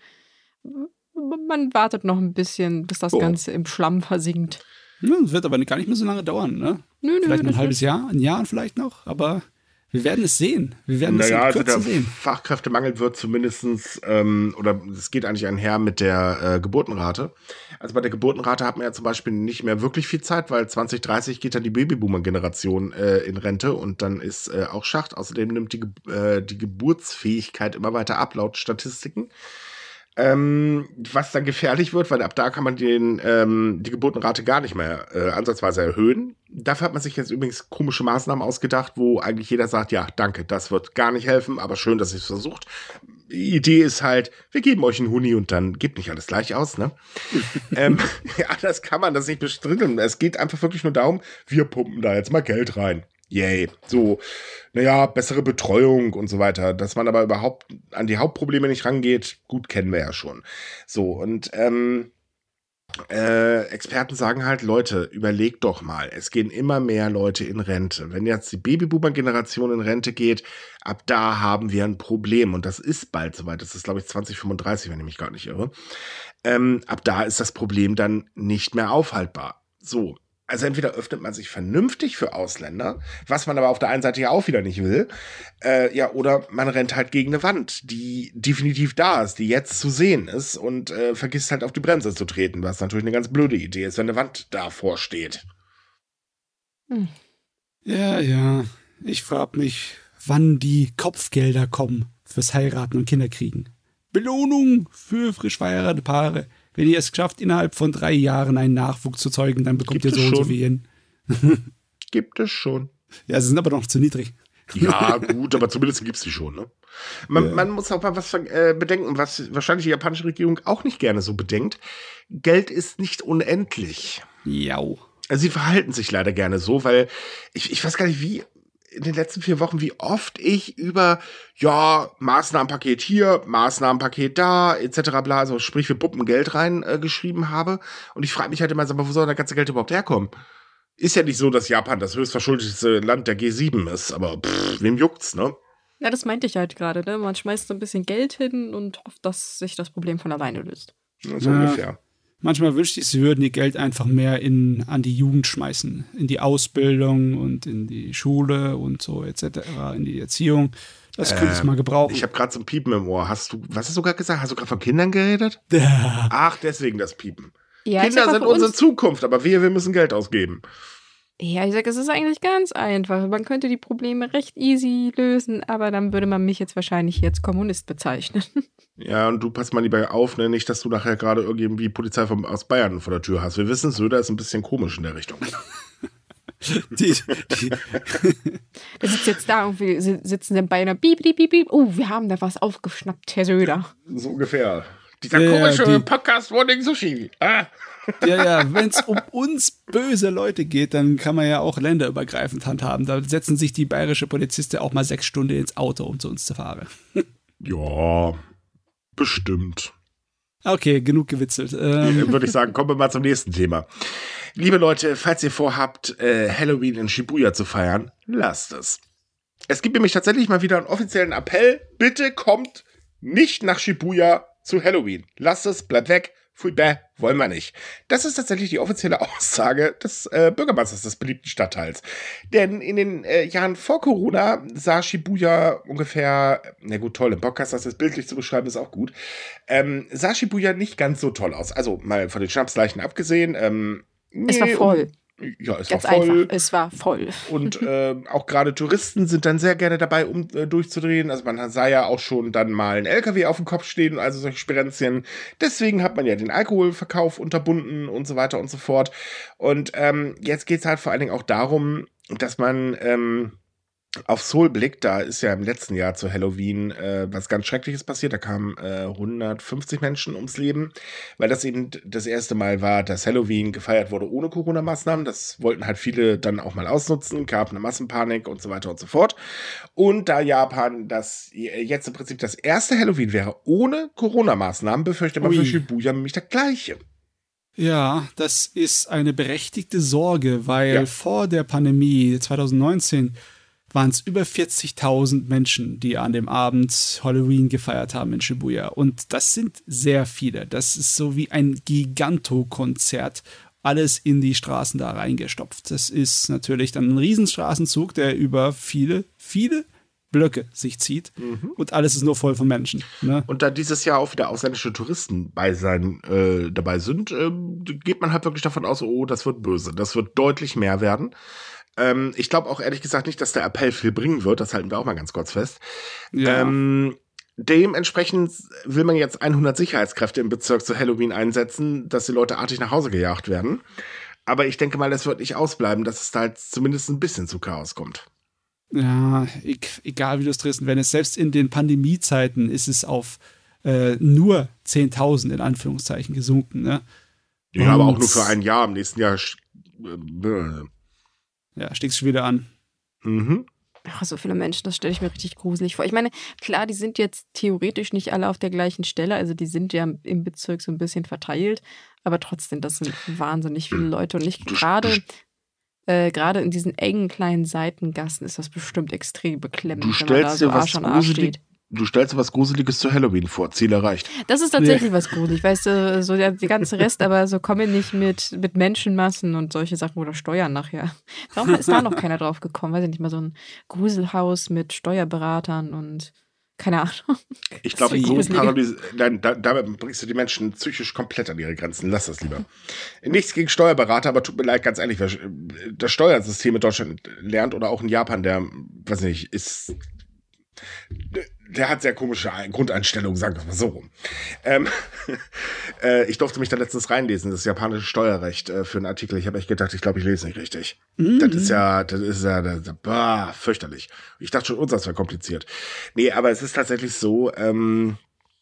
man wartet noch ein bisschen, bis das oh. Ganze im Schlamm versinkt. Ja, das wird aber gar nicht mehr so lange dauern, ne? Nö, nö, vielleicht noch ein halbes Jahr, ein Jahr vielleicht noch, aber wir werden es sehen. Wir werden es naja, in Kürze also der sehen. Fachkräftemangel wird zumindestens, ähm, oder es geht eigentlich einher mit der äh, Geburtenrate. Also bei der Geburtenrate hat man ja zum Beispiel nicht mehr wirklich viel Zeit, weil zwanzig dreißig geht dann die Babyboomer-Generation äh, in Rente und dann ist äh, auch Schacht. Außerdem nimmt die, äh, die Geburtsfähigkeit immer weiter ab, laut Statistiken. Ähm, was dann gefährlich wird, weil ab da kann man den, ähm, die Geburtenrate gar nicht mehr äh, ansatzweise erhöhen. Dafür hat man sich jetzt übrigens komische Maßnahmen ausgedacht, wo eigentlich jeder sagt, ja, danke, das wird gar nicht helfen, aber schön, dass ihr es versucht. Die Idee ist halt, wir geben euch einen Huni und dann gebt nicht alles gleich aus, ne? ähm, ja, das kann man das nicht bestreiten. Es geht einfach wirklich nur darum, wir pumpen da jetzt mal Geld rein. Yay. So, naja, bessere Betreuung und so weiter. Dass man aber überhaupt an die Hauptprobleme nicht rangeht, gut, kennen wir ja schon. So, und ähm, äh, Experten sagen halt, Leute, überlegt doch mal, es gehen immer mehr Leute in Rente. Wenn jetzt die Babyboomer-Generation in Rente geht, ab da haben wir ein Problem. Und das ist bald soweit. Das ist, glaube ich, zwanzig fünfunddreißig, wenn ich mich gar nicht irre. Ähm, ab da ist das Problem dann nicht mehr aufhaltbar. So. Also entweder öffnet man sich vernünftig für Ausländer, was man aber auf der einen Seite ja auch wieder nicht will, äh, ja, oder man rennt halt gegen eine Wand, die definitiv da ist, die jetzt zu sehen ist und äh, vergisst halt auf die Bremse zu treten, was natürlich eine ganz blöde Idee ist, wenn eine Wand davor steht. Hm. Ja, ja, ich frage mich, wann die Kopfgelder kommen fürs Heiraten und Kinderkriegen. Belohnung für frisch verheiratete Paare. Wenn ihr es geschafft, innerhalb von drei Jahren einen Nachwuchs zu zeugen, dann bekommt Gibt ihr so und so viel hin. Gibt es schon. Ja, sie sind aber noch zu niedrig. Ja, gut, aber zumindest gibt es die schon, ne? Man, ja. man muss auch mal was äh, bedenken, was wahrscheinlich die japanische Regierung auch nicht gerne so bedenkt. Geld ist nicht unendlich. Ja. Also sie verhalten sich leider gerne so, weil ich, ich weiß gar nicht, wie in den letzten vier Wochen, wie oft ich über, ja, Maßnahmenpaket hier, Maßnahmenpaket da, et cetera bla, also sprich, wir puppen Geld rein äh, geschrieben habe. Und ich frage mich halt immer, aber wo soll das ganze Geld überhaupt herkommen? Ist ja nicht so, dass Japan das höchstverschuldetste Land der G sieben ist, aber pff, wem juckt's, ne? Ja, das meinte ich halt gerade, ne? Man schmeißt so ein bisschen Geld hin und hofft, dass sich das Problem von alleine löst. So ja. ungefähr. Manchmal wünschte ich, sie würden ihr Geld einfach mehr in, an die Jugend schmeißen. In die Ausbildung und in die Schule und so et cetera, in die Erziehung. Das ähm, könnte es mal gebrauchen. Ich habe gerade so ein Piepen im Ohr. Hast du, was hast du gerade gesagt? Hast du gerade von Kindern geredet? Ja. Ach, deswegen das Piepen. Ja, Kinder sind unsere Zukunft, aber wir, wir müssen Geld ausgeben. Ja, ich sage, es ist eigentlich ganz einfach. Man könnte die Probleme recht easy lösen, aber dann würde man mich jetzt wahrscheinlich jetzt Kommunist bezeichnen. Ja, und du pass mal lieber auf, ne? Nicht, dass du nachher gerade irgendwie Polizei vom, aus Bayern vor der Tür hast. Wir wissen, Söder ist ein bisschen komisch in der Richtung. Die, die. Der sitzt jetzt da und wir sitzen dann bei einer Piep, piep, piep, piep. Oh, wir haben da was aufgeschnappt, Herr Söder. So ungefähr. Dieser Ja, komische die- Podcast Morning Sushi. Ah. Ja, ja, wenn es um uns böse Leute geht, dann kann man ja auch länderübergreifend handhaben. Da setzen sich die bayerische Polizisten auch mal sechs Stunden ins Auto, um zu uns zu fahren. Ja, bestimmt. Okay, genug gewitzelt. Ähm, Würde ich sagen, kommen wir mal zum nächsten Thema. Liebe Leute, falls ihr vorhabt, äh, Halloween in Shibuya zu feiern, lasst es. Es gibt nämlich tatsächlich mal wieder einen offiziellen Appell. Bitte kommt nicht nach Shibuya zu Halloween. Lasst es, bleibt weg. Pfui, bäh, wollen wir nicht. Das ist tatsächlich die offizielle Aussage des äh, Bürgermeisters des beliebten Stadtteils. Denn in den äh, Jahren vor Corona sah Shibuya ungefähr, na gut, toll, im Podcast das jetzt bildlich zu beschreiben, ist auch gut, ähm, sah Shibuya nicht ganz so toll aus. Also mal von den Schnapsleichen abgesehen. Ähm, Es war nee, voll. Ja, es Ganz war voll. einfach, es war voll. Und äh, auch gerade Touristen sind dann sehr gerne dabei, um äh, durchzudrehen. Also man sah ja auch schon dann mal einen L K W auf dem Kopf stehen, also solche Sperenzien. Deswegen hat man ja den Alkoholverkauf unterbunden und so weiter und so fort. Und ähm, jetzt geht es halt vor allen Dingen auch darum, dass man ähm, auf Seoul blickt. Da ist ja im letzten Jahr zu Halloween äh, was ganz Schreckliches passiert. Da kamen äh, hundertfünfzig Menschen ums Leben, weil das eben das erste Mal war, dass Halloween gefeiert wurde ohne Corona-Maßnahmen. Das wollten halt viele dann auch mal ausnutzen, gab eine Massenpanik und so weiter und so fort. Und da Japan das jetzt im Prinzip das erste Halloween wäre ohne Corona-Maßnahmen, befürchtet man Ui. für Shibuya nämlich das Gleiche. Ja, das ist eine berechtigte Sorge, weil Ja. vor der Pandemie zwanzig neunzehn waren es über vierzigtausend Menschen, die an dem Abend Halloween gefeiert haben in Shibuya. Und das sind sehr viele. Das ist so wie ein Gigantokonzert. Alles in die Straßen da reingestopft. Das ist natürlich dann ein Riesenstraßenzug, der über viele, viele Blöcke sich zieht. Und alles ist nur voll von Menschen. Ne? Und da dieses Jahr auch wieder ausländische Touristen bei sein, äh, dabei sind, ähm, geht man halt wirklich davon aus, oh, das wird böse. Das wird deutlich mehr werden. Ähm, ich glaube auch ehrlich gesagt nicht, dass der Appell viel bringen wird. Das halten wir auch mal ganz kurz fest. Ja. Ähm, dementsprechend will man jetzt hundert Sicherheitskräfte im Bezirk zu Halloween einsetzen, dass die Leute artig nach Hause gejagt werden. Aber ich denke mal, das wird nicht ausbleiben, dass es da halt zumindest ein bisschen zu Chaos kommt. Ja, e- egal wie du es drehst, wenn es selbst in den Pandemiezeiten ist es auf äh, nur zehntausend in Anführungszeichen gesunken. Ne? Ja, aber auch Und- nur für ein Jahr. Im nächsten Jahr. sch- äh, Ja, stiegst schon wieder an. Mhm. Ach, so viele Menschen, das stelle ich mir richtig gruselig vor. Ich meine, klar, die sind jetzt theoretisch nicht alle auf der gleichen Stelle, also die sind ja im Bezirk so ein bisschen verteilt, aber trotzdem, das sind wahnsinnig viele Leute und nicht Du- gerade äh, gerade in diesen engen kleinen Seitengassen ist das bestimmt extrem beklemmend, Du wenn man da stellst so dir was Arsch an Arsch gruselig, steht. du stellst dir was Gruseliges zu Halloween vor. Ziel erreicht. Das ist tatsächlich was gruselig, weißt du, so der, der ganze Rest, aber so komme nicht mit, mit Menschenmassen und solche Sachen oder Steuern nachher. Warum ist da noch keiner drauf gekommen? Weiß ich nicht, mal so ein Gruselhaus mit Steuerberatern und keine Ahnung. Ich glaube, Das so ist paralysi- nein, da, damit bringst du die Menschen psychisch komplett an ihre Grenzen. Lass das lieber. Nichts gegen Steuerberater, aber tut mir leid, ganz ehrlich, wer das Steuersystem in Deutschland lernt oder auch in Japan, der, weiß nicht, ist, der hat sehr komische Grundeinstellungen, sagen wir es mal so rum. Ähm, äh, ich durfte mich da letztens reinlesen, das japanische Steuerrecht äh, für einen Artikel. Ich habe echt gedacht, ich glaube, ich lese nicht richtig. Mhm. Das ist ja, das ist ja, das, bah, fürchterlich. Ich dachte schon, unseres wäre kompliziert. Nee, aber es ist tatsächlich so, ähm,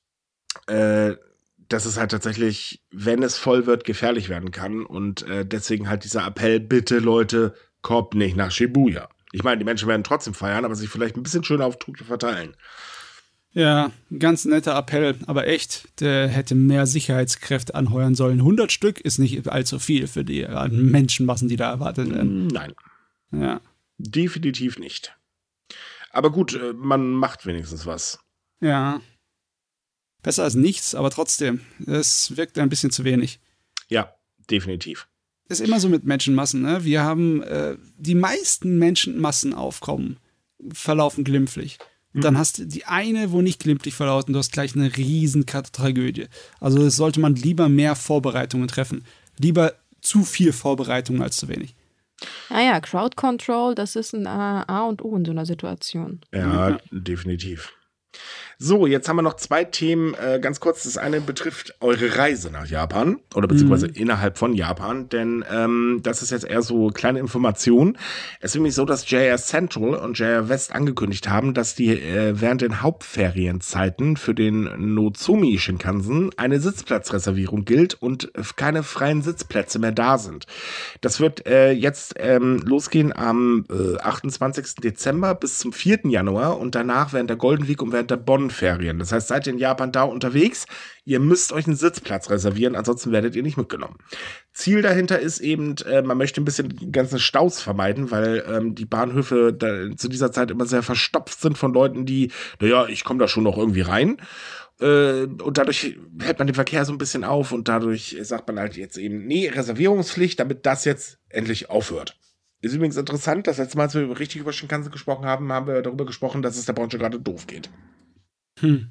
äh, dass es halt tatsächlich, wenn es voll wird, gefährlich werden kann. Und äh, deswegen halt dieser Appell, bitte Leute, kommt nicht nach Shibuya. Ich meine, die Menschen werden trotzdem feiern, aber sich vielleicht ein bisschen schöner auf Tokio verteilen. Ja, ein ganz netter Appell, aber echt, der hätte mehr Sicherheitskräfte anheuern sollen. hundert Stück ist nicht allzu viel für die äh, Menschenmassen, die da erwartet werden. Nein, Ja. definitiv nicht. Aber gut, äh, man macht wenigstens was. Ja. Besser als nichts, aber trotzdem, es wirkt ein bisschen zu wenig. Ja, definitiv. Das ist immer so mit Menschenmassen, ne? Wir haben äh, die meisten Menschenmassenaufkommen verlaufen glimpflich. Und dann hast du die eine, wo nicht glimpflich verlaufen, und du hast gleich eine riesen Tragödie. Also sollte man lieber mehr Vorbereitungen treffen. Lieber zu viel Vorbereitungen als zu wenig. Ah ja, Crowd Control, das ist ein A, A und O in so einer Situation. Ja, Ja. definitiv. So, jetzt haben wir noch zwei Themen. Äh, ganz kurz, das eine betrifft eure Reise nach Japan oder beziehungsweise Mhm. innerhalb von Japan, denn ähm, das ist jetzt eher so kleine Information. Es ist nämlich so, dass J R Central und J R West angekündigt haben, dass die äh, während den Hauptferienzeiten für den Nozomi Shinkansen eine Sitzplatzreservierung gilt und keine freien Sitzplätze mehr da sind. Das wird äh, jetzt ähm, losgehen am äh, achtundzwanzigsten Dezember bis zum vierten Januar und danach während der Golden Week und während der Bonn-Ferien. Das heißt, seid ihr in Japan da unterwegs, ihr müsst euch einen Sitzplatz reservieren, ansonsten werdet ihr nicht mitgenommen. Ziel dahinter ist eben, äh, man möchte ein bisschen die ganzen Staus vermeiden, weil ähm, die Bahnhöfe da, zu dieser Zeit immer sehr verstopft sind von Leuten, die, naja, ich komme da schon noch irgendwie rein. Äh, und dadurch hält man den Verkehr so ein bisschen auf und dadurch sagt man halt jetzt eben, nee, Reservierungspflicht, damit das jetzt endlich aufhört. Ist übrigens interessant, das letzte Mal, als wir richtig über Shinkansen gesprochen haben, haben wir darüber gesprochen, dass es der Branche gerade doof geht. Hm.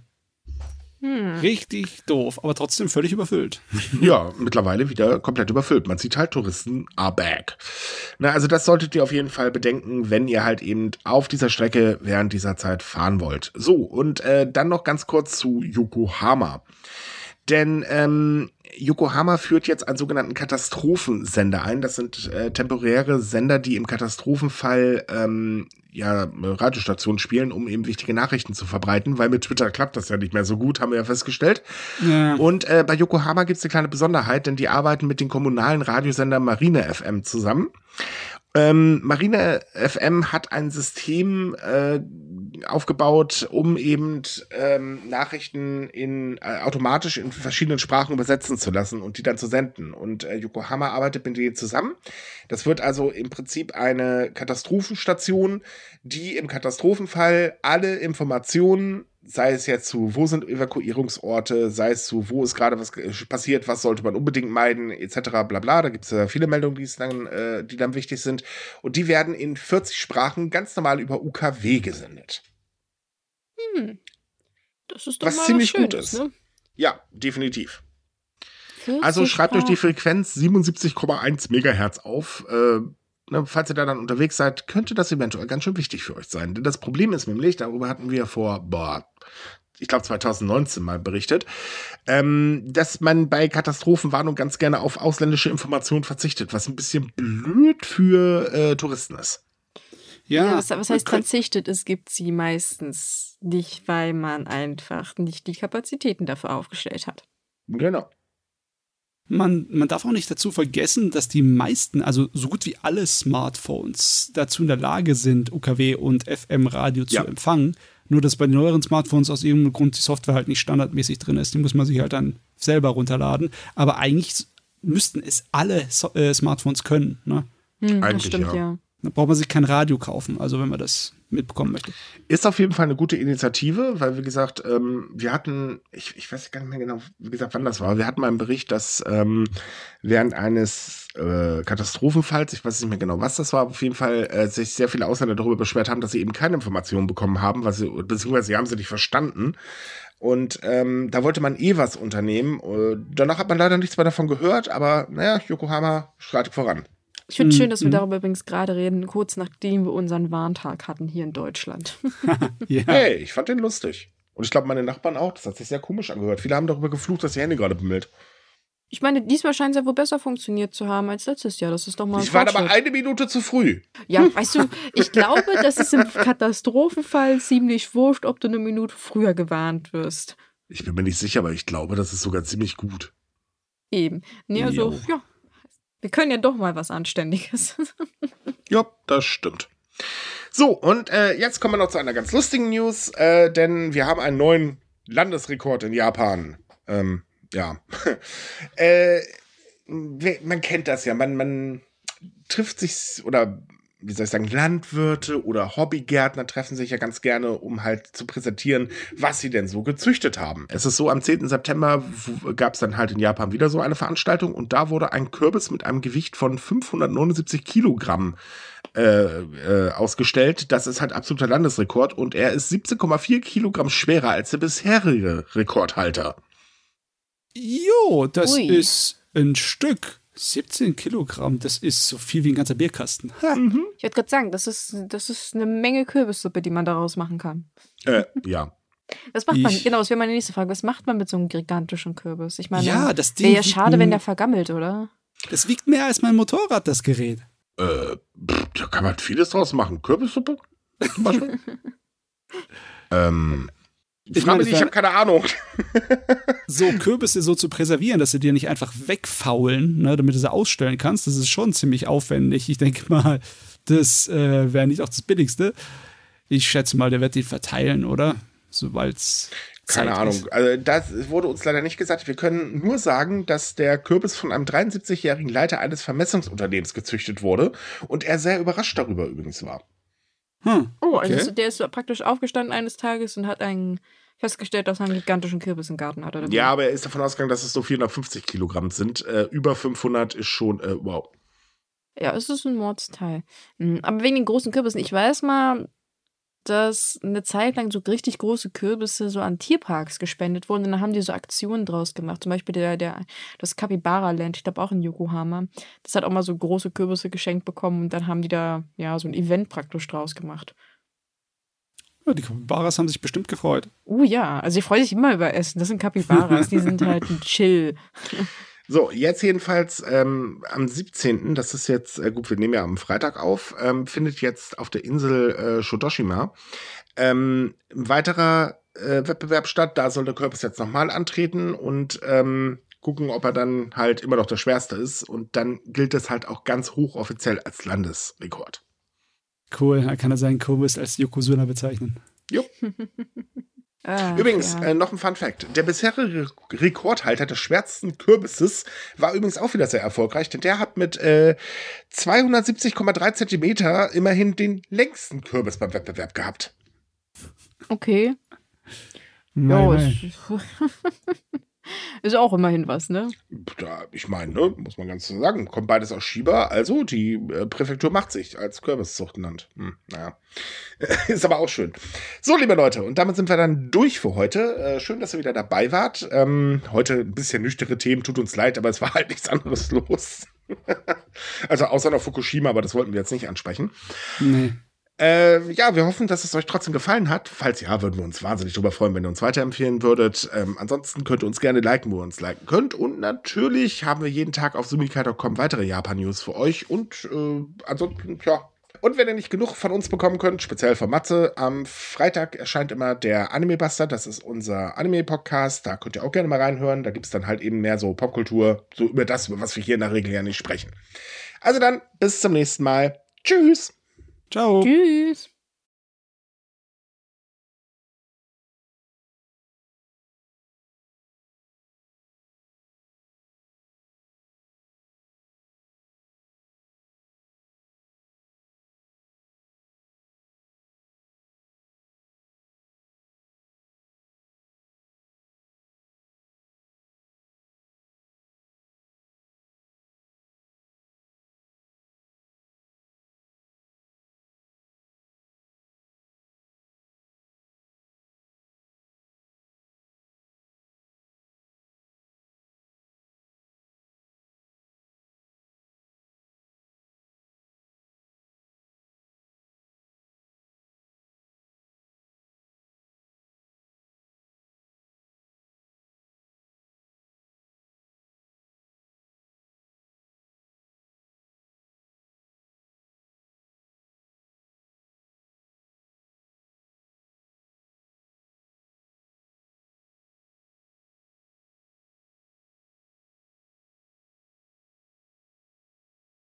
Hm. Richtig doof, aber trotzdem völlig überfüllt. Ja, mittlerweile wieder komplett überfüllt. Man sieht halt, Touristen are back. Na, also das solltet ihr auf jeden Fall bedenken, wenn ihr halt eben auf dieser Strecke während dieser Zeit fahren wollt. So, und äh, dann noch ganz kurz zu Yokohama. Denn ähm, Yokohama führt jetzt einen sogenannten Katastrophensender ein. Das sind äh, temporäre Sender, die im Katastrophenfall ähm, ja, Radiostationen spielen, um eben wichtige Nachrichten zu verbreiten, weil mit Twitter klappt das ja nicht mehr so gut, haben wir ja festgestellt. Ja. Und äh, bei Yokohama gibt es eine kleine Besonderheit, denn die arbeiten mit dem kommunalen Radiosender Marine F M zusammen. Ähm, Marine F M hat ein System äh, aufgebaut, um eben ähm, Nachrichten in äh, automatisch in verschiedenen Sprachen übersetzen zu lassen und die dann zu senden. Und äh, Yokohama arbeitet mit denen zusammen. Das wird also im Prinzip eine Katastrophenstation, die im Katastrophenfall alle Informationen, sei es jetzt zu, wo sind Evakuierungsorte, sei es zu, wo ist gerade was passiert, was sollte man unbedingt meiden, et cetera bla bla. Da gibt es ja viele Meldungen, die, es dann, äh, die dann wichtig sind. Und die werden in vierzig Sprachen ganz normal über U K W gesendet. Hm. Das ist doch Was mal ziemlich was gut Schönes, ist. Ne? Ja, definitiv. vierzig Also schreibt euch die Sprachen. Frequenz siebenundsiebzig Komma eins Megahertz auf. Äh, ne, falls ihr da dann unterwegs seid, könnte das eventuell ganz schön wichtig für euch sein. Denn das Problem ist nämlich, darüber hatten wir vor, boah, ich glaube zwanzig neunzehn mal berichtet, ähm, dass man bei Katastrophenwarnung ganz gerne auf ausländische Informationen verzichtet, was ein bisschen blöd für äh, Touristen ist. Ja, Ja, was, was heißt man könnte- verzichtet? Es gibt sie meistens nicht, weil man einfach nicht die Kapazitäten dafür aufgestellt hat. Genau. Man, man darf auch nicht dazu vergessen, dass die meisten, also so gut wie alle Smartphones dazu in der Lage sind, U K W und F M-Radio zu Ja. empfangen. Nur, dass bei den neueren Smartphones aus irgendeinem Grund die Software halt nicht standardmäßig drin ist. Die muss man sich halt dann selber runterladen. Aber eigentlich müssten es alle so äh, Smartphones können. Ne? Hm, das Eigentlich stimmt, ja. ja. Da braucht man sich kein Radio kaufen, also wenn man das mitbekommen möchte. Ist auf jeden Fall eine gute Initiative, weil, wie gesagt, ähm, wir hatten, ich, ich weiß gar nicht mehr genau, wie gesagt, wann das war, wir hatten mal einen Bericht, dass ähm, während eines äh, Katastrophenfalls, ich weiß nicht mehr genau, was das war, auf jeden Fall äh, sich sehr viele Ausländer darüber beschwert haben, dass sie eben keine Informationen bekommen haben, was sie, beziehungsweise sie haben sie nicht verstanden. Und ähm, da wollte man eh was unternehmen. Äh, danach hat man leider nichts mehr davon gehört, aber naja, Yokohama schreitet voran. Ich finde es schön, dass wir Mhm. darüber übrigens gerade reden, kurz nachdem wir unseren Warntag hatten hier in Deutschland. Ja. Hey, ich fand den lustig. Und ich glaube, meine Nachbarn auch. Das hat sich sehr komisch angehört. Viele haben darüber geflucht, dass die Hände gerade bimmelt. Ich meine, diesmal scheint es ja wohl besser funktioniert zu haben als letztes Jahr. Das ist doch mal ein Ich war aber Fortschritt. eine Minute zu früh. Ja, weißt du, ich glaube, das ist im Katastrophenfall ziemlich wurscht, ob du eine Minute früher gewarnt wirst. Ich bin mir nicht sicher, aber ich glaube, das ist sogar ziemlich gut. Eben. Nee, also, Jo. ja. Wir können ja doch mal was Anständiges. Ja, das stimmt. So, und äh, jetzt kommen wir noch zu einer ganz lustigen News, äh, denn wir haben einen neuen Landesrekord in Japan. Ähm, ja. äh, we- man kennt das ja, man, man trifft sich, oder wie soll ich sagen, Landwirte oder Hobbygärtner treffen sich ja ganz gerne, um halt zu präsentieren, was sie denn so gezüchtet haben. Es ist so, am zehnten September gab es dann halt in Japan wieder so eine Veranstaltung und da wurde ein Kürbis mit einem Gewicht von fünfhundertneunundsiebzig Kilogramm äh, äh, ausgestellt. Das ist halt absoluter Landesrekord und er ist siebzehn Komma vier Kilogramm schwerer als der bisherige Rekordhalter. Jo, das Ui. ist ein Stück. siebzehn Kilogramm, das ist so viel wie ein ganzer Bierkasten. Mhm. Ich würde gerade sagen, das ist, das ist eine Menge Kürbissuppe, die man daraus machen kann. Äh, ja. Was macht man? Ich- Genau, das wäre meine nächste Frage. Was macht man mit so einem gigantischen Kürbis? Ich meine, Ja, das Ding wäre ja wiegt schade, wenn ein- der vergammelt, oder? Das wiegt mehr als mein Motorrad, das Gerät. Äh, pff, da kann man vieles draus machen. Kürbissuppe zum Beispiel. ähm, ich Ich frage meine, mich, es ich wär- habe keine Ahnung. So Kürbisse so zu präservieren, dass sie dir nicht einfach wegfaulen, ne, damit du sie ausstellen kannst, das ist schon ziemlich aufwendig. Ich denke mal, das äh, wäre nicht auch das Billigste. Ich schätze mal, der wird die verteilen, oder? Sobald es Keine Ahnung. Also das wurde uns leider nicht gesagt. Wir können nur sagen, dass der Kürbis von einem dreiundsiebzigjährigen Leiter eines Vermessungsunternehmens gezüchtet wurde und er sehr überrascht darüber übrigens war. Hm, Oh, okay. also der ist praktisch aufgestanden eines Tages und hat einen festgestellt, dass er einen gigantischen Kürbis im Garten hat. Oder wie? Ja, aber er ist davon ausgegangen, dass es so vierhundertfünfzig Kilogramm sind. Äh, über fünfhundert ist schon, äh, wow. Ja, es ist ein Mordsteil. Hm, Aber wegen den großen Kürbissen, ich weiß mal, dass eine Zeit lang so richtig große Kürbisse so an Tierparks gespendet wurden und dann haben die so Aktionen draus gemacht. Zum Beispiel der, der, das Capybara-Land, ich glaube auch in Yokohama. Das hat auch mal so große Kürbisse geschenkt bekommen und dann haben die da ja so ein Event praktisch draus gemacht. Ja, die Capybaras haben sich bestimmt gefreut. Uh ja, also ich freue mich immer über Essen. Das sind Capybaras, die sind halt ein Chill. So, jetzt jedenfalls ähm, am siebzehnten, das ist jetzt, äh, gut, wir nehmen ja am Freitag auf, ähm, findet jetzt auf der Insel äh, Shodoshima ähm, ein weiterer äh, Wettbewerb statt. Da soll der Kürbis jetzt nochmal antreten und ähm, gucken, ob er dann halt immer noch der schwerste ist. Und dann gilt es halt auch ganz hochoffiziell als Landesrekord. Cool, da kann er seinen Kürbis als Yokozuna bezeichnen. Jupp. Ach, Übrigens, ja. äh, noch ein Fun Fact. Der bisherige Rekordhalter des schwersten Kürbisses war übrigens auch wieder sehr erfolgreich, denn der hat mit äh, zweihundertsiebzig Komma drei Zentimeter immerhin den längsten Kürbis beim Wettbewerb gehabt. Okay. Mei, Ja, mei. ist, ist auch immerhin was, ne? Da, ich meine, ne, muss man ganz so sagen, kommt beides aus Shiba, also die äh, Präfektur macht sich als Kürbiszuchtland. Hm, naja. Ist aber auch schön. So, liebe Leute, und damit sind wir dann durch für heute. Äh, schön, dass ihr wieder dabei wart. Ähm, heute ein bisschen nüchterne Themen, tut uns leid, aber es war halt nichts anderes los. Also außer noch Fukushima, aber das wollten wir jetzt nicht ansprechen. Nee. Äh, ja, wir hoffen, dass es euch trotzdem gefallen hat. Falls ja, würden wir uns wahnsinnig darüber freuen, wenn ihr uns weiterempfehlen würdet. Ähm, ansonsten könnt ihr uns gerne liken, wo ihr uns liken könnt. Und natürlich haben wir jeden Tag auf sumikai punkt com weitere Japan-News für euch. Und äh, ansonsten, ja. Und wenn ihr nicht genug von uns bekommen könnt, speziell von Matze, am Freitag erscheint immer der Anime-Buster. Das ist unser Anime-Podcast. Da könnt ihr auch gerne mal reinhören. Da gibt es dann halt eben mehr so Popkultur, so über das, über was wir hier in der Regel ja nicht sprechen. Also dann, bis zum nächsten Mal. Tschüss. Ciao. Tschüss.